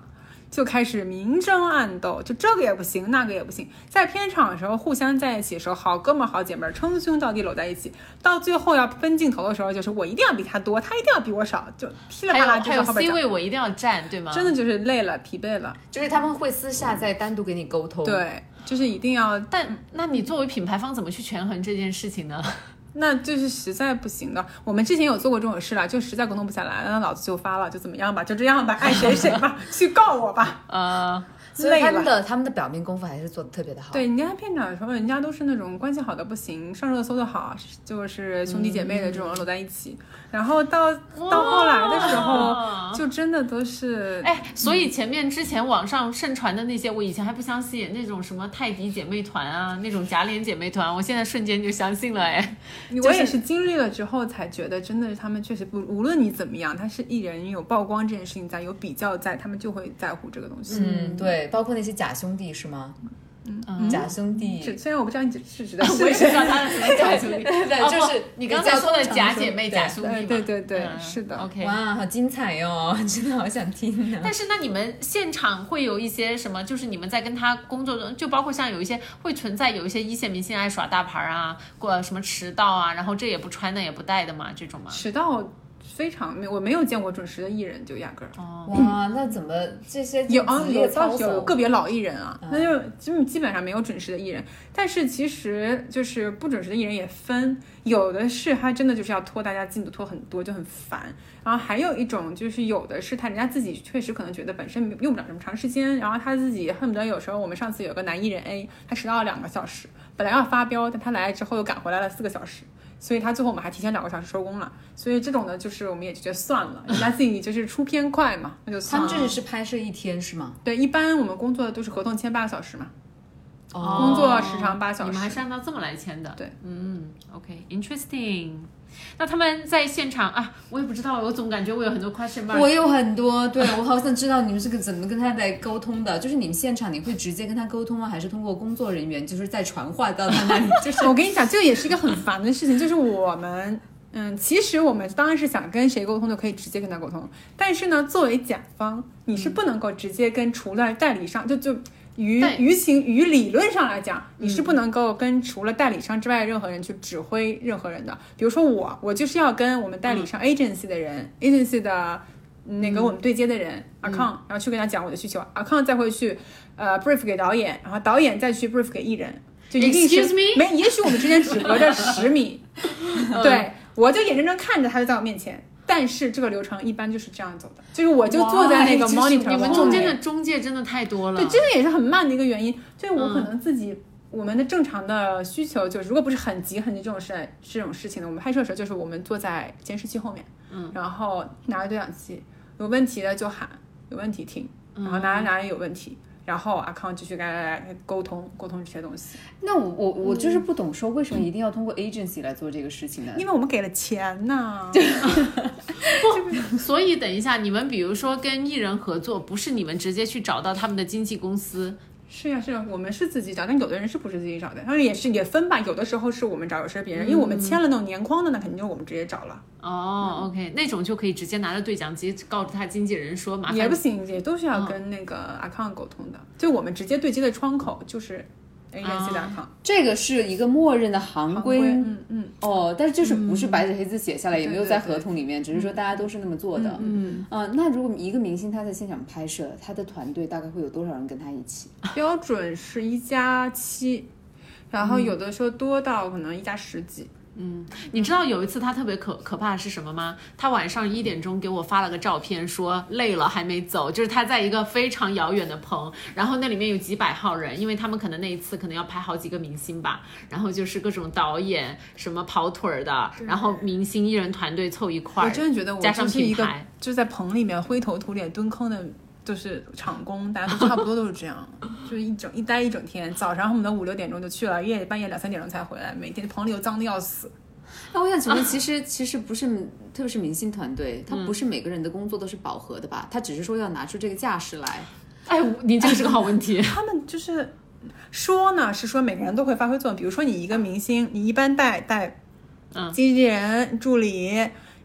就开始明争暗斗，就这个也不行，那个也不行。在片场的时候，互相在一起的时候，好哥们儿好姐妹儿，称兄道弟搂在一起。到最后要分镜头的时候，就是我一定要比他多，他一定要比我少，就噼里啪啦就在后边讲。 还有 C 位我一定要占，对吗？ 真的就是累了，疲惫了。 就是他们会私下再单独给你沟通。 对，就是一定要。 但那你作为品牌方怎么去权衡这件事情呢？ 那就是实在不行的，我们之前有做过这种事了，就实在沟通不下来，那老子就发了，就怎么样吧，就这样吧，爱谁谁吧，去告我吧。 呃， 所以他们的他们的表面功夫还是做的特别的好。 对，你看片场的时候，人家都是那种关系好的不行，上热搜的好，就是兄弟姐妹的这种搂在一起。嗯、然后到到后来的时候，就真的都是哎，所以前面之前网上盛传的那些，我以前还不相信，那种什么泰迪姐妹团啊，那种假脸姐妹团，我现在瞬间就相信了哎。 我也是经历了之后才觉得，真的是他们确实不，无论你怎么样，他是艺人，有曝光这件事情在，有比较在，他们就会在乎这个东西。 嗯，对，包括那些假兄弟是吗？嗯，假兄弟是，虽然我不知道你是指的是， 我也不知道他的什么假兄弟， 对，就是你刚才说的假姐妹、假兄弟嘛， 对对对， 嗯、 是的。 OK， 哇，好精彩哟，真的好想听、啊。 但是那你们现场会有一些什么？就是你们在跟他工作中，就包括像有一些会存在有一些一线明星爱耍大牌啊，过什么迟到啊，然后这也不穿那也不带的嘛，这种吗？ 迟到。非常没，我没有见过准时的艺人，就压根儿。 哦，哇，那怎么这些有啊？有倒是有个别老艺人啊，嗯、那就基本基本上没有准时的艺人。但是其实就是不准时的艺人也分，有的是他真的就是要拖大家进度拖很多，就很烦。然后还有一种就是有的是他人家自己确实可能觉得本身用不了这么长时间，然后他自己恨不得有时候我们上次有个男艺人 A， 他迟到了两个小时，本来要发飙，但他来了之后又赶回来了四个小时。所以他最后我们还提前两个小时收工了，所以这种的就是我们也就觉得算了，人家自己就是出片快嘛，那就算了。 他们这只是拍摄一天是吗？ 对，一般我们工作都是合同签八个小时嘛， 哦， 工作时长八小时。 你们还是按照这么来签的？ 对， 嗯 ，OK，interesting。那他们在现场啊，我也不知道，我总感觉我有很多 question mark。 我有很多，对，我好想知道你们是个怎么跟他来沟通的？就是你们现场你会直接跟他沟通吗？还是通过工作人员就是在传话到他那里？就是我跟你讲，这个也是一个很烦的事情，就是我们。嗯，其实我们当然是想跟谁沟通都可以直接跟他沟通，但是呢，作为甲方，你是不能够直接跟除了代理商，就就于于情于理论上来讲，你是不能够跟除了代理商之外任何人去指挥任何人的。比如说我，我就是要跟我们代理商 agency 的人、嗯、，agency 的那个我们对接的人、嗯、account， 然后去跟他讲我的需求、嗯、，account 再会去呃 brief 给导演，然后导演再去 brief 给艺人，就一定是 Excuse me？ 没，也许我们之间只隔着十米，对。我就眼睁睁看着他就在我面前，但是这个流程一般就是这样走的，就是我就坐在那个 monitor， 你们中间的中介真的太多了。 对，这个也是很慢的一个原因。就是我可能自己、嗯、我们的正常的需求就是，如果不是很急很急这种事这种事情呢，我们拍摄的时候就是我们坐在监视器后面，嗯，然后拿着对讲机，有问题的就喊，有问题听，然后哪哪里有问题。然后 account 继续跟大家沟通沟通这些东西。 那我我我就是不懂说为什么一定要通过 agency 来做这个事情呢？ 因为我们给了钱呢。 不，所以等一下，你们比如说跟艺人合作，不是你们直接去找到他们的经纪公司？ 是呀、啊、是呀、啊，我们是自己找，但有的人是不是自己找的？当然也是也分吧，有的时候是我们找，有时候别人，因为我们签了那种年框的，那肯定就是我们直接找了。 哦、嗯、，OK， 那种就可以直接拿着对讲机告诉他经纪人说麻烦。 也不行，也都是要跟那个 account 沟通的，哦、就我们直接对接的窗口就是 agency 的 account，、哦、 这个是一个默认的行规。 行规嗯嗯。 哦，但是就是不是白纸黑字写下来， 嗯、 也没有在合同里面， 对对对， 只是说大家都是那么做的。 嗯嗯、呃，那如果一个明星他在现场拍摄，他的团队大概会有多少人跟他一起？ 标准是一加七，然后有的时候多到可能一加十几。 嗯，你知道有一次他特别可可怕的是什么吗？他晚上一点钟给我发了个照片，说累了还没走，就是他在一个非常遥远的棚，然后那里面有几百号人，因为他们可能那一次可能要拍好几个明星吧，然后就是各种导演什么跑腿的，然后明星艺人团队凑一块， 我真的觉得我加上就是一个品牌， 就在棚里面灰头土脸蹲坑的。就是场工，大家都差不多都是这样，就是一整一待一整天，早上恨不得五六点钟就去了，夜半夜两三点钟才回来，每天棚里又脏的要死。 那我想请问，其实、啊、其实不是，特别是明星团队，他不是每个人的工作都是饱和的吧？他只是说要拿出这个架势来。 哎，你这个是个好问题。 他们就是说呢，是说每个人都会发挥作用，比如说你一个明星，你一般带带经纪人、助理。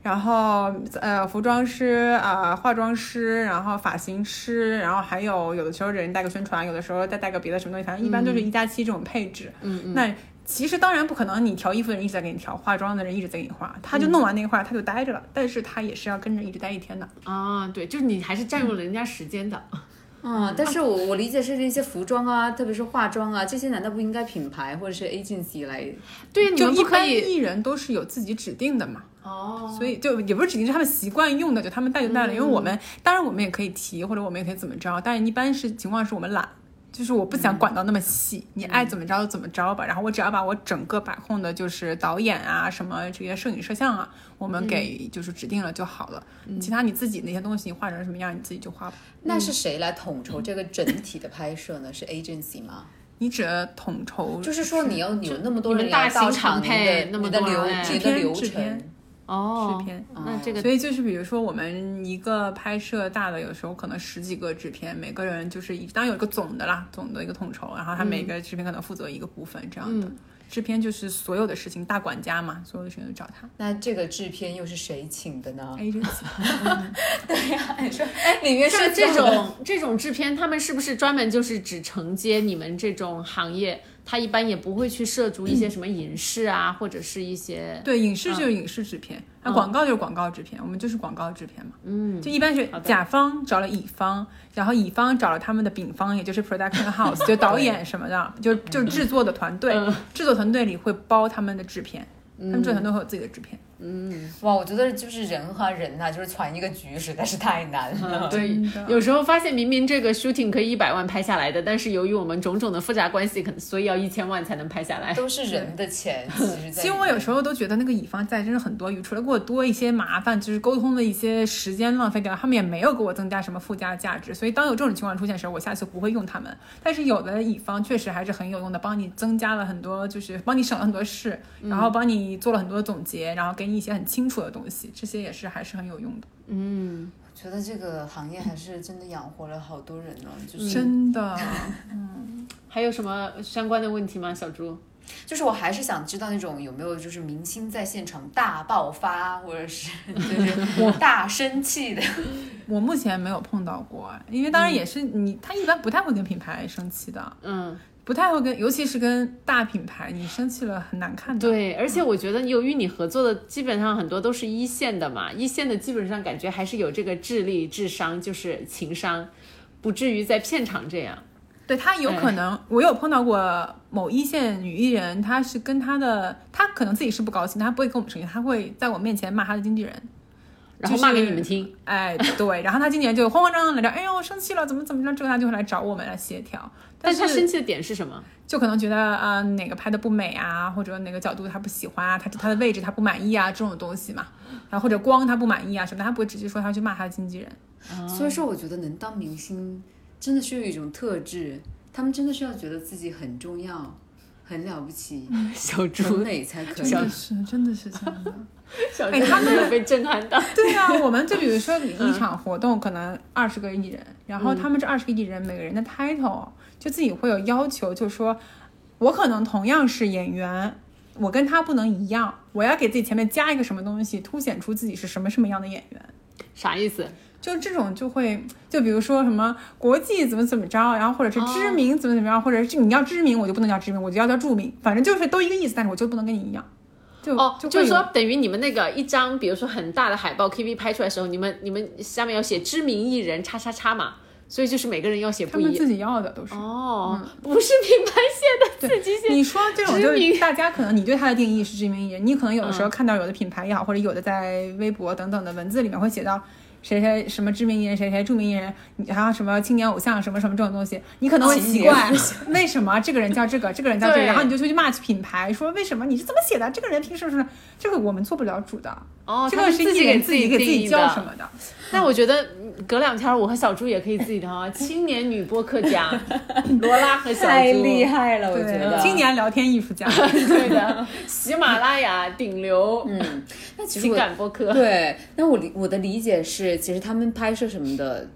然后呃服装师啊、呃、化妆师，然后发型师，然后还有有的时候人带个宣传，有的时候再带个别的什么东西，反正一般都是一加七这种配置。 嗯嗯。 那其实当然不可能，你调衣服的人一直在给你调，化妆的人一直在给你化，他就弄完那一块他就待着了，嗯、但是他也是要跟着一直待一天的啊。对，就是你还是占用了人家时间的。 嗯，但是我我理解是这些服装啊，特别是化妆啊，这些难道不应该品牌或者是 agency 来？ 对，你们不可以。 一般艺人都是有自己指定的嘛。 哦， 所以就也不是指定是他们习惯用的，就他们带就带了、嗯。因为我们当然我们也可以提，或者我们也可以怎么着，但是一般是情况是我们懒。就是我不想管到那么细、嗯、你爱怎么着就怎么着吧、嗯、然后我只要把我整个把控的就是导演啊什么这些摄影摄像啊我们给就是指定了就好了、嗯、其他你自己那些东西你画成什么样你自己就画吧。 那是谁来统筹这个整体的拍摄呢？是 agency 吗？ 你指的统筹就是说你要有那么多人要到场配那么多流制片流程哦， 制片， 那这个， 所以就是比如说我们一个拍摄大的，有时候可能十几个制片，每个人就是当然有一个总的啦，总的一个统筹，然后他每个制片可能负责一个部分这样的。嗯、制片就是所有的事情大管家嘛，所有的事情都找他。 那这个制片又是谁请的呢 ？agency 对呀、啊，你说哎，里面是这种这种制片，他们是不是专门就是只承接你们这种行业？他一般也不会去涉足一些什么影视啊，嗯、或者是一些对影视就是影视制片，那、嗯、广告就是广告制片，我们就是广告制片嘛。嗯，就一般是甲方找了乙方，然后乙方找了他们的丙方，也就是 production house， 就导演什么的，就就制作的团队，嗯、制作团队里会包他们的制片，嗯、他们制作团队会有自己的制片。 嗯，哇，我觉得就是人和人呐、啊，就是传一个局实在是太难了。 嗯、对，有时候发现明明这个 shooting 可以一百万拍下来的，但是由于我们种种的复杂关系，可能所以要一千万才能拍下来。 都是人的钱，其实其实我有时候都觉得那个乙方在真是很多余，除了给我多一些麻烦，就是沟通的一些时间浪费掉，他们也没有给我增加什么附加价值。所以当有这种情况出现的时候，我下次不会用他们。但是有的乙方确实还是很有用的，帮你增加了很多，就是帮你省了很多事，然后帮你做了很多总结，然后给你一些很清楚的东西，这些也是还是很有用的。 嗯，我觉得这个行业还是真的养活了好多人呢、哦，就是真的。嗯， 还有什么相关的问题吗，小朱？ 就是我还是想知道那种有没有就是明星在现场大爆发，或者是就是我大生气的。 我目前没有碰到过，因为当然也是你，嗯、他一般不太会跟品牌生气的。嗯。不太会跟，尤其是跟大品牌，你生气了很难看的。 对，而且我觉得由于你合作的基本上很多都是一线的嘛，一线的基本上感觉还是有这个智力、智商，就是情商，不至于在片场这样。 对，他有可能，哎、我有碰到过某一线女艺人，她是跟她的，她可能自己是不高兴，她不会跟我们生气，她会在我面前骂她的经纪人。 然后骂给你们听， 就是、哎，对，然后他今年就慌慌张张来着，哎呦，生气了，怎么怎么着，之后他就会来找我们来协调。 但是他生气的点是什么？ 就可能觉得啊、呃，哪个拍的不美啊，或者哪个角度他不喜欢啊，他他的位置他不满意啊，这种东西嘛。然后或者光他不满意啊什么的，他不会直接说，他去骂他的经纪人。 嗯、所以说，我觉得能当明星真的是有一种特质，他们真的是要觉得自己很重要。很了不起， 小猪很美才可以， 真的是真的是这样的。 小猪他们有被震撼到。 对啊，我们就比如说一场活动可能二十个艺人，嗯、然后他们这二十个艺人每个人的 title 就自己会有要求，就是说我可能同样是演员，我跟他不能一样，我要给自己前面加一个什么东西，凸显出自己是什么什么样的演员。 啥意思？ 就这种就会，就比如说什么国际怎么怎么着，然后或者是知名怎么怎么样， oh. 或者是你要知名我就不能叫知名，我就要叫著名，反正就是都一个意思，但是我就不能跟你一样。就哦，就就是说等于你们那个一张，比如说很大的海报 K V 拍出来的时候，你们你们下面要写知名艺人叉叉叉嘛，所以就是每个人要写不一样。 他们自己要的都是哦、嗯，不是品牌写的，自己写。 你说这种就是大家可能你对他的定义是知名艺人，你可能有的时候看到有的品牌也好，或者有的在微博等等的文字里面会写到。谁谁什么知名艺人，谁谁著名艺人，还有什么青年偶像什么什么这种东西，你可能会奇怪为什么这个人叫这个，这个人叫这个，然后你就去骂品牌，说为什么你是怎么写的？这个人凭什么？这个我们做不了主的。 哦， 这个是艺人自己给自己叫什么的。 那我觉得隔两天我和小猪也可以自己的啊，青年女播客家罗拉和小猪太厉害了，我觉得青年聊天艺术家， 对的，喜马拉雅顶流， 嗯，那其实情感播客。 对，那我理我的理解是，其实他们拍摄什么的，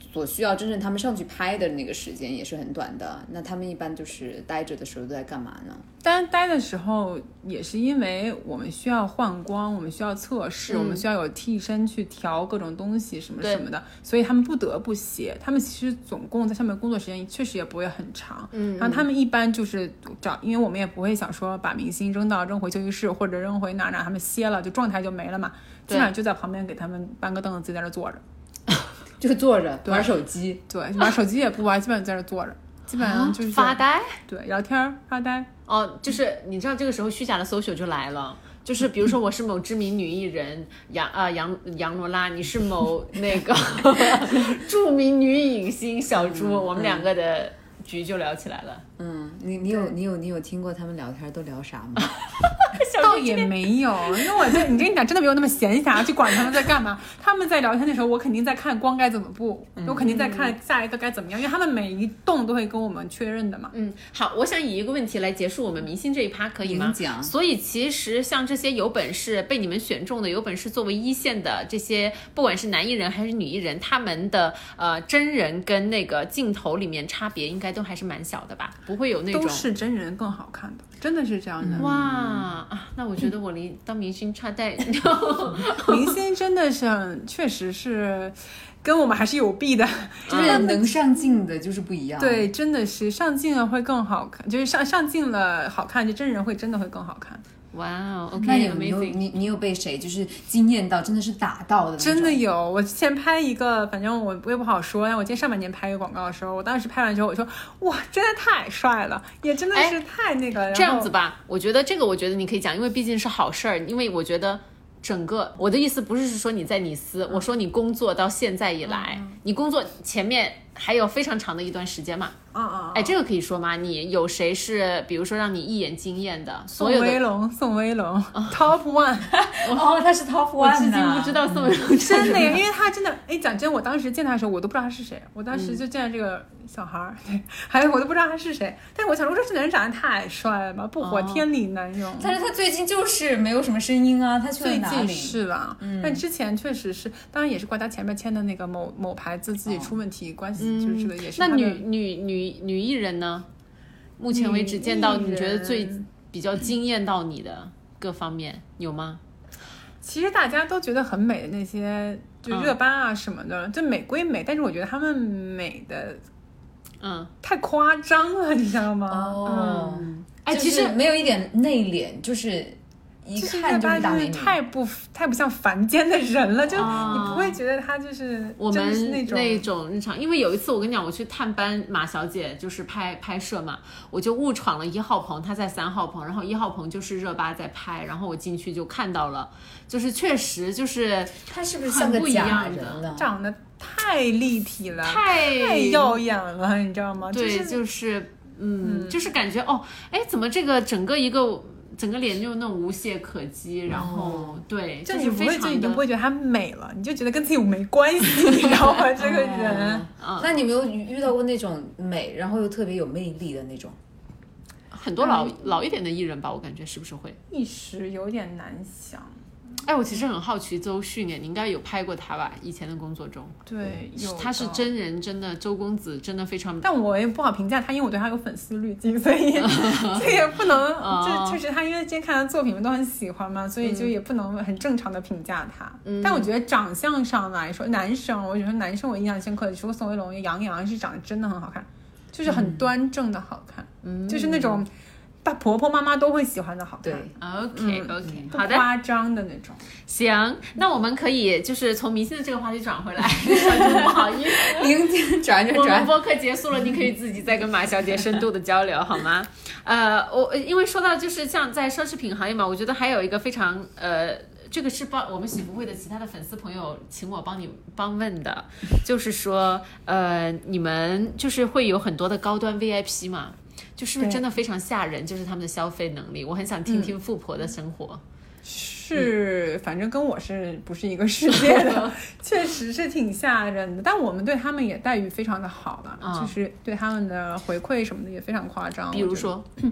所需要真正他们上去拍的那个时间也是很短的。那他们一般就是待着的时候都在干嘛呢？ 当然待的时候也是因为我们需要换光，我们需要测试、嗯、我们需要有替身去调各种东西什么什么的，所以他们不得不歇。他们其实总共在上面工作时间确实也不会很长，嗯，然后他们一般就是找，因为我们也不会想说把明星扔到扔回休息室或者扔回哪哪，他们歇了就状态就没了嘛，基本上就在旁边给他们搬个凳子自己在那坐着就坐着玩手机， 对，玩手机也不玩，基本上在这坐着，基本上就是、 啊、发呆， 对，聊天发呆。 哦，就是你知道这个时候虚假的 social 就来了，就是比如说我是某知名女艺人杨啊杨杨罗拉，你是某那个著名女影星小猪，嗯、我们两个的局就聊起来了。 嗯，你你有你有你有听过他们聊天都聊啥吗？ 倒也没有，因为我在你跟你讲，真的没有那么闲暇去管他们在干嘛。他们在聊天的时候，我肯定在看光该怎么布，嗯、我肯定在看下一个该怎么样，因为他们每一动都会跟我们确认的嘛。 嗯，好，我想以一个问题来结束我们明星这一趴，可以吗？ 讲。 所以其实像这些有本事被你们选中的，有本事作为一线的这些，不管是男艺人还是女艺人，他们的呃真人跟那个镜头里面差别应该都还是蛮小的吧？不会有那种。 都是真人更好看的，真的是这样的。 哇啊，那我觉得我离当明星差太明星真的是确实是跟我们还是有弊的， 就是能上镜的就是不一样。 对，真的是上镜了会更好看，就是上上镜了好看，就真人会真的会更好看。 哇哦 ，OK， 那有没有你你有被谁就是惊艳到，真的是打到的那种？ 真的有，我之前拍一个，反正我我也不好说。我今天上半年拍一个广告的时候，我当时拍完之后，我说哇，真的太帅了，也真的是太那个。 这样子吧，我觉得这个，我觉得你可以讲，因为毕竟是好事儿。因为我觉得整个我的意思不是说你在尼斯，嗯、我说你工作到现在以来，嗯、你工作前面还有非常长的一段时间嘛。 啊啊！ 哎，这个可以说吗？你有谁是，比如说让你一眼惊艳的？ 宋威龙，宋威龙、哦、，Top One。 哦，他是 Top One 我至今不知道宋威龙真的呀，因为他真的，哎，讲真，我当时见他的时候，我都不知道他是谁。我当时就见了这个小孩儿，对、嗯，还有我都不知道他是谁。但是我想说，这人长得太帅了吧，不火天理难容。哦、 但是他最近就是没有什么声音啊，他去了哪里？ 最近是了，嗯、但之前确实是，当然也是怪他前面签的那个某某牌子自己出问题，哦、关系就是这个也是他的。 那女女女女艺人呢？目前为止见到你觉得最比较惊艳到你的各方面有吗？ 其实大家都觉得很美的那些，就热巴啊什么的，嗯、就美归美，但是我觉得他们美的， 嗯， 太夸张了，你知道吗？ 哦， 嗯、 哎，其实没有一点内敛，就是。一看就是大美女， 太不太不像凡间的人了，就你不会觉得她就是我们是那种那种日常。因为有一次我跟你讲，我去探班马小姐，就是拍拍摄嘛，我就误闯了一号棚，她在三号棚，然后一号棚就是热巴在拍，然后我进去就看到了，就是确实就是她是不是像个假人了？ 长得太立体了， 太太耀眼了，你知道吗？ 对，就是、就是、嗯, 嗯，就是感觉哦，哎，怎么这个整个一个。整个脸就那种无懈可击，然后、哦、对， 就你不会觉得，你不会觉得她美了，你就觉得跟自己没关系，你知道吗？这个人、 哦，那你没有遇到过那种美，然后又特别有魅力的那种？ 很多老、嗯、老一点的艺人吧，我感觉是不是会？ 一时有点难想。 哎，我其实很好奇周迅耶，你应该有拍过他吧？以前的工作中， 对，有他是真人，真的周公子真的非常。 但我也不好评价他，因为我对他有粉丝滤镜，所以这也不能。就确实他因为之前看他的作品们都很喜欢嘛，所以就也不能很正常的评价他。嗯、但我觉得长相上来说，男生我觉得男生我印象深刻的，除了宋威龙、杨洋是长得真的很好看，就是很端正的好看，嗯、就是那种。大婆婆妈妈都会喜欢的好看。 对 ，OK OK，、 嗯、好的，不夸张的那种。 行，那我们可以就是从明星的这个话题转回来，不好意思， 您转就转。 我们播客结束了，你可以自己再跟马小姐深度的交流，好吗？呃，我因为说到就是像在奢侈品行业嘛，我觉得还有一个非常呃。这个是帮我们喜福会的其他的粉丝朋友请我帮你帮问的，就是说，呃，你们就是会有很多的高端 V I P 嘛，就是不是真的非常吓人？就是他们的消费能力，我很想听听富婆的生活。嗯、 是，反正跟我是不是一个世界的，确实是挺吓人的。但我们对他们也待遇非常的好了，嗯、就是对他们的回馈什么的也非常夸张。 比如说。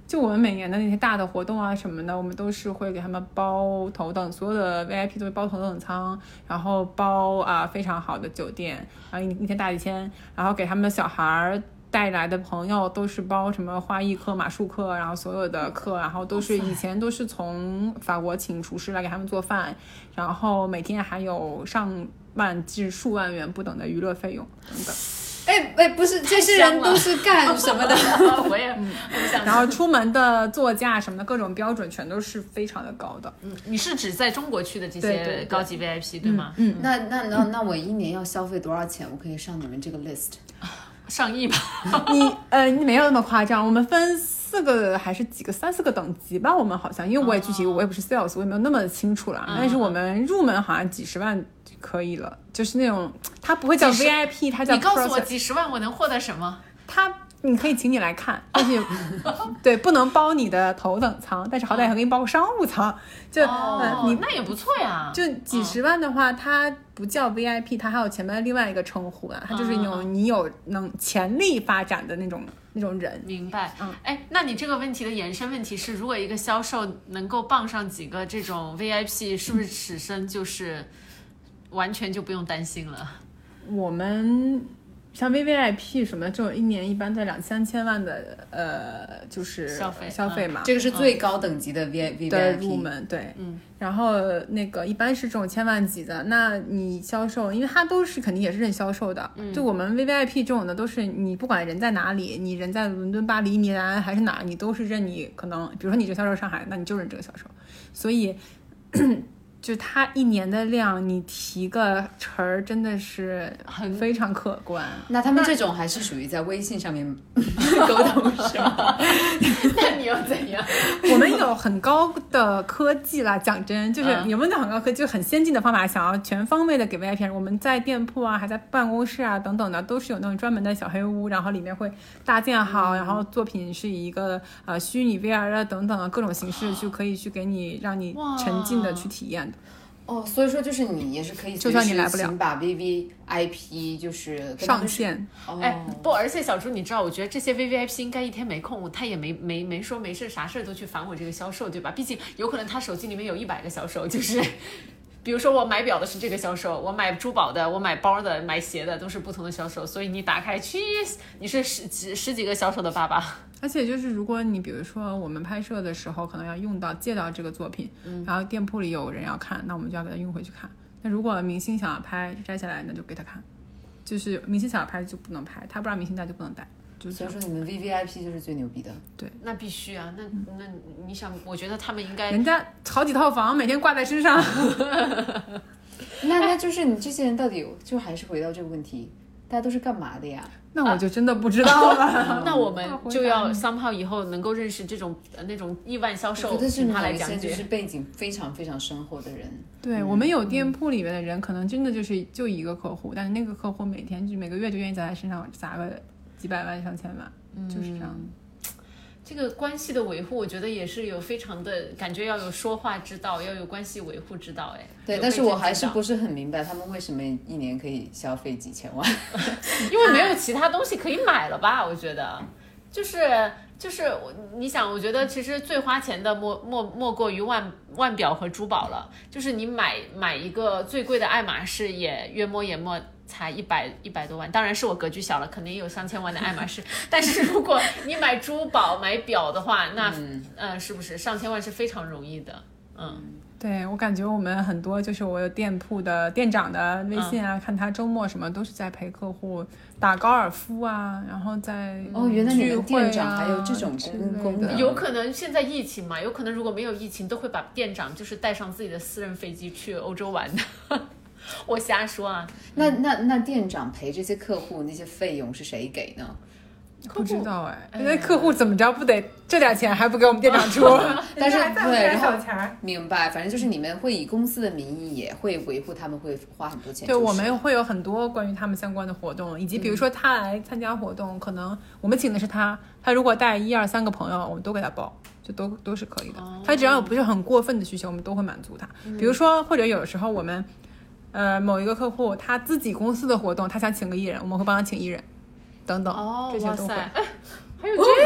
就我们每年的那些大的活动啊什么的，我们都是会给他们包头等，所有的 V I P 都会包头等舱，然后包啊非常好的酒店，然后一一天大几千，然后给他们的小孩带来的朋友都是包什么花艺课、马术课，然后所有的课，然后都是以前都是从法国请厨师来给他们做饭，然后每天还有上万至数万元不等的娱乐费用等等。 哎哎，不是，这些人都是干什么的？ 我也很想。 然后出门的座驾什么的各种标准全都是非常的高的。 嗯，你是指在中国去的这对对对些高级 V I P 对吗？ 嗯，那那那那我一年要消费多少钱？我可以上你们这个 list？ 上亿吧。 你呃，你没有那么夸张，我们分四个还是几个三四个等级吧，我们好像，因为我也具体我也不是 sales， 我也没有那么清楚了，但是我们入门好像几十万就可以了，就是那种它不会叫 V I P， 它叫你告诉我几十万我能获得什么？ 它你可以请你来看，但是对不能包你的头等舱，但是好歹也给你包个商务舱，就、 哦呃、你那也不错呀。 就几十万的话，它不叫 V I P， 它还有前面的另外一个称呼啊，它就是那种你有能潜力发展的那种那种人。 明白。嗯，哎，那你这个问题的延伸问题是，如果一个销售能够傍上几个这种 V I P， 是不是此生就是完全就不用担心了？ 我们像 V V I P 什么的，这种一年一般在两三千万的呃，就是消费消费嘛、 嗯，这个是最高等级的 V I P 的入门，对，嗯，然后那个一般是这种千万级的，那你销售，因为它都是肯定也是认销售的，嗯，就我们 V V I P 这种的都是你不管人在哪里，你人在伦敦、巴黎、米兰还是哪，你都是认你可能，比如说你这个销售上海，那你就认这个销售，所以。就他一年的量，你提个成儿真的是很非常可观。 那他们这种还是属于在微信上面沟通是吗？ 那你又怎样？ 我们有很高的科技啦，讲真，就是有没有很高科技，就很先进的方法，想要全方位的给 V I P。我们在店铺啊，还在办公室啊等等的，都是有那种专门的小黑屋，然后里面会搭建好，然后作品是以一个呃虚拟 V R 啊等等的各种形式去可以去给你让你沉浸的去体验的。 哦，所以说就是你也是可以， 就算你来不了， 请把 V V I P 就是上线。 哎，不，而且小朱，你知道，我觉得这些 V V I P 应该一天没空，他也没没没说没事啥事都去烦我这个销售，对吧？毕竟有可能他手机里面有一百个销售，就是。比如说我买表的是这个销售，我买珠宝的，我买包的，买鞋的都是不同的销售，所以你打开去，你是十几十几个销售的爸爸。 而且就是如果你比如说我们拍摄的时候可能要用到借到这个作品，嗯、然后店铺里有人要看，那我们就要给他运回去看。那如果明星想要拍摘下来，那就给他看，就是明星想要拍就不能拍，他不让明星带就不能带。 所以说你们 V V I P 就是最牛逼的。 对， 那必须啊，那那你想，我觉得他们应该人家好几套房每天挂在身上。 那那就是你这些人到底有，就还是回到这个问题，大家都是干嘛的呀？ 那我就真的不知道了。 啊、那我们就要somehow以后能够认识这种那种亿万销售， 我觉得是他来讲解， 就是背景非常非常深厚的人。 对、嗯、我们有店铺里面的人，可能真的就是就一个客户，但是那个客户每天就每个月就愿意在他身上砸个几百万上千万，嗯、就是这样。 这个关系的维护，我觉得也是有非常的感觉，要有说话之道，要有关系维护之道。哎， 对，但是我还是不是很明白他们为什么一年可以消费几千万， 因为没有其他东西可以买了吧？我觉得，就是就是你想，我觉得其实最花钱的莫莫莫过于腕腕表和珠宝了。就是你买买一个最贵的爱马仕，也约摸也摸。才一百一百多万，当然是我格局小了，肯定有上千万的爱马仕。但是如果你买珠宝、买表的话，那嗯、呃，是不是上千万是非常容易的？嗯， 对，我感觉我们很多就是我有店铺的店长的微信啊，嗯、看他周末什么都是在陪客户打高尔夫啊，然后在哦，原来你们店长还有这种功能。 有可能现在疫情嘛，有可能如果没有疫情，都会把店长就是带上自己的私人飞机去欧洲玩的。我瞎说啊， 那那那店长陪这些客户那些费用是谁给呢？ 不知道哎，因为客户怎么着不得这点钱还不给我们店长出？ 但是对，然后明白，反正就是你们会以公司的名义也会维护，他们会花很多钱。 对，我们会有很多关于他们相关的活动，以及比如说他来参加活动，嗯、可能我们请的是他，他如果带一二三个朋友，我们都给他报。就都都是可以的，哦、他只要有不是很过分的需求，我们都会满足他。嗯、比如说，或者有时候我们。呃，某一个客户他自己公司的活动，他想请个艺人，我们会帮他请艺人，等等， 哦， 这些都会。 哎，还有这种，哦、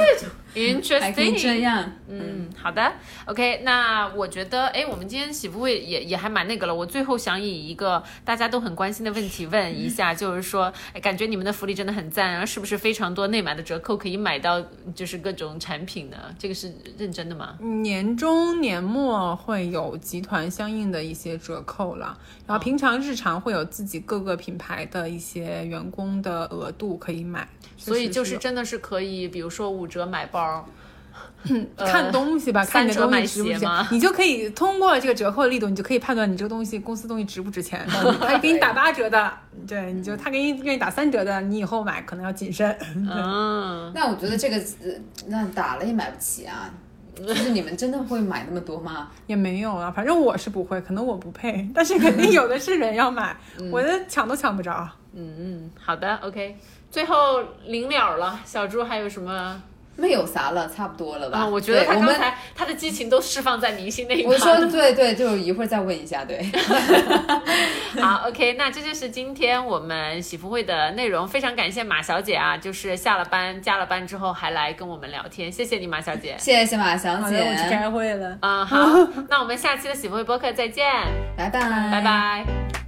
Interesting， 还可以这样。 嗯，好的 ，OK， 那我觉得，哎，我们今天喜福会也也还蛮那个了。我最后想以一个大家都很关心的问题问一下，就是说，哎，感觉你们的福利真的很赞啊，是不是非常多内买的折扣可以买到就是各种产品呢？这个是认真的吗？ 年中年末会有集团相应的一些折扣了，然后平常日常会有自己各个品牌的一些员工的额度可以买， 所以就是真的是可以，比如说五折买包。 嗯，看东西吧，看你的东西值不值钱，你就可以通过这个折扣力度，你就可以判断你这个东西公司东西值不值钱。他给你打八折的，对，你就他给你愿意打三折的，你以后买可能要谨慎。 嗯， 那我觉得这个那打了也买不起啊。就是你们真的会买那么多吗？ 也没有啊，反正我是不会，可能我不配，但是肯定有的是人要买，嗯、我的抢都抢不着。 嗯嗯，好的 ，OK。最后临了了，小猪还有什么？ 没有啥了，差不多了吧？ 啊、嗯，我觉得他刚才他的激情都释放在明星那一趴。 我说对对，就一会儿再问一下，对。 好 ，OK， 那这就是今天我们喜福会的内容。非常感谢马小姐啊，就是下了班加了班之后还来跟我们聊天，谢谢你马小姐。 谢谢马小姐。 我去开会了。 嗯，好，那我们下期的喜福会播客再见， 拜拜， 拜拜。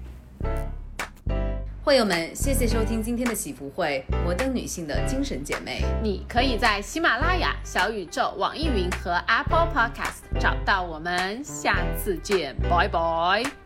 会友们，谢谢收听今天的喜福会，摩登女性的精神姐妹。 你可以在喜马拉雅、小宇宙、网易云和 Apple Podcast 找到我们，下次见，拜拜。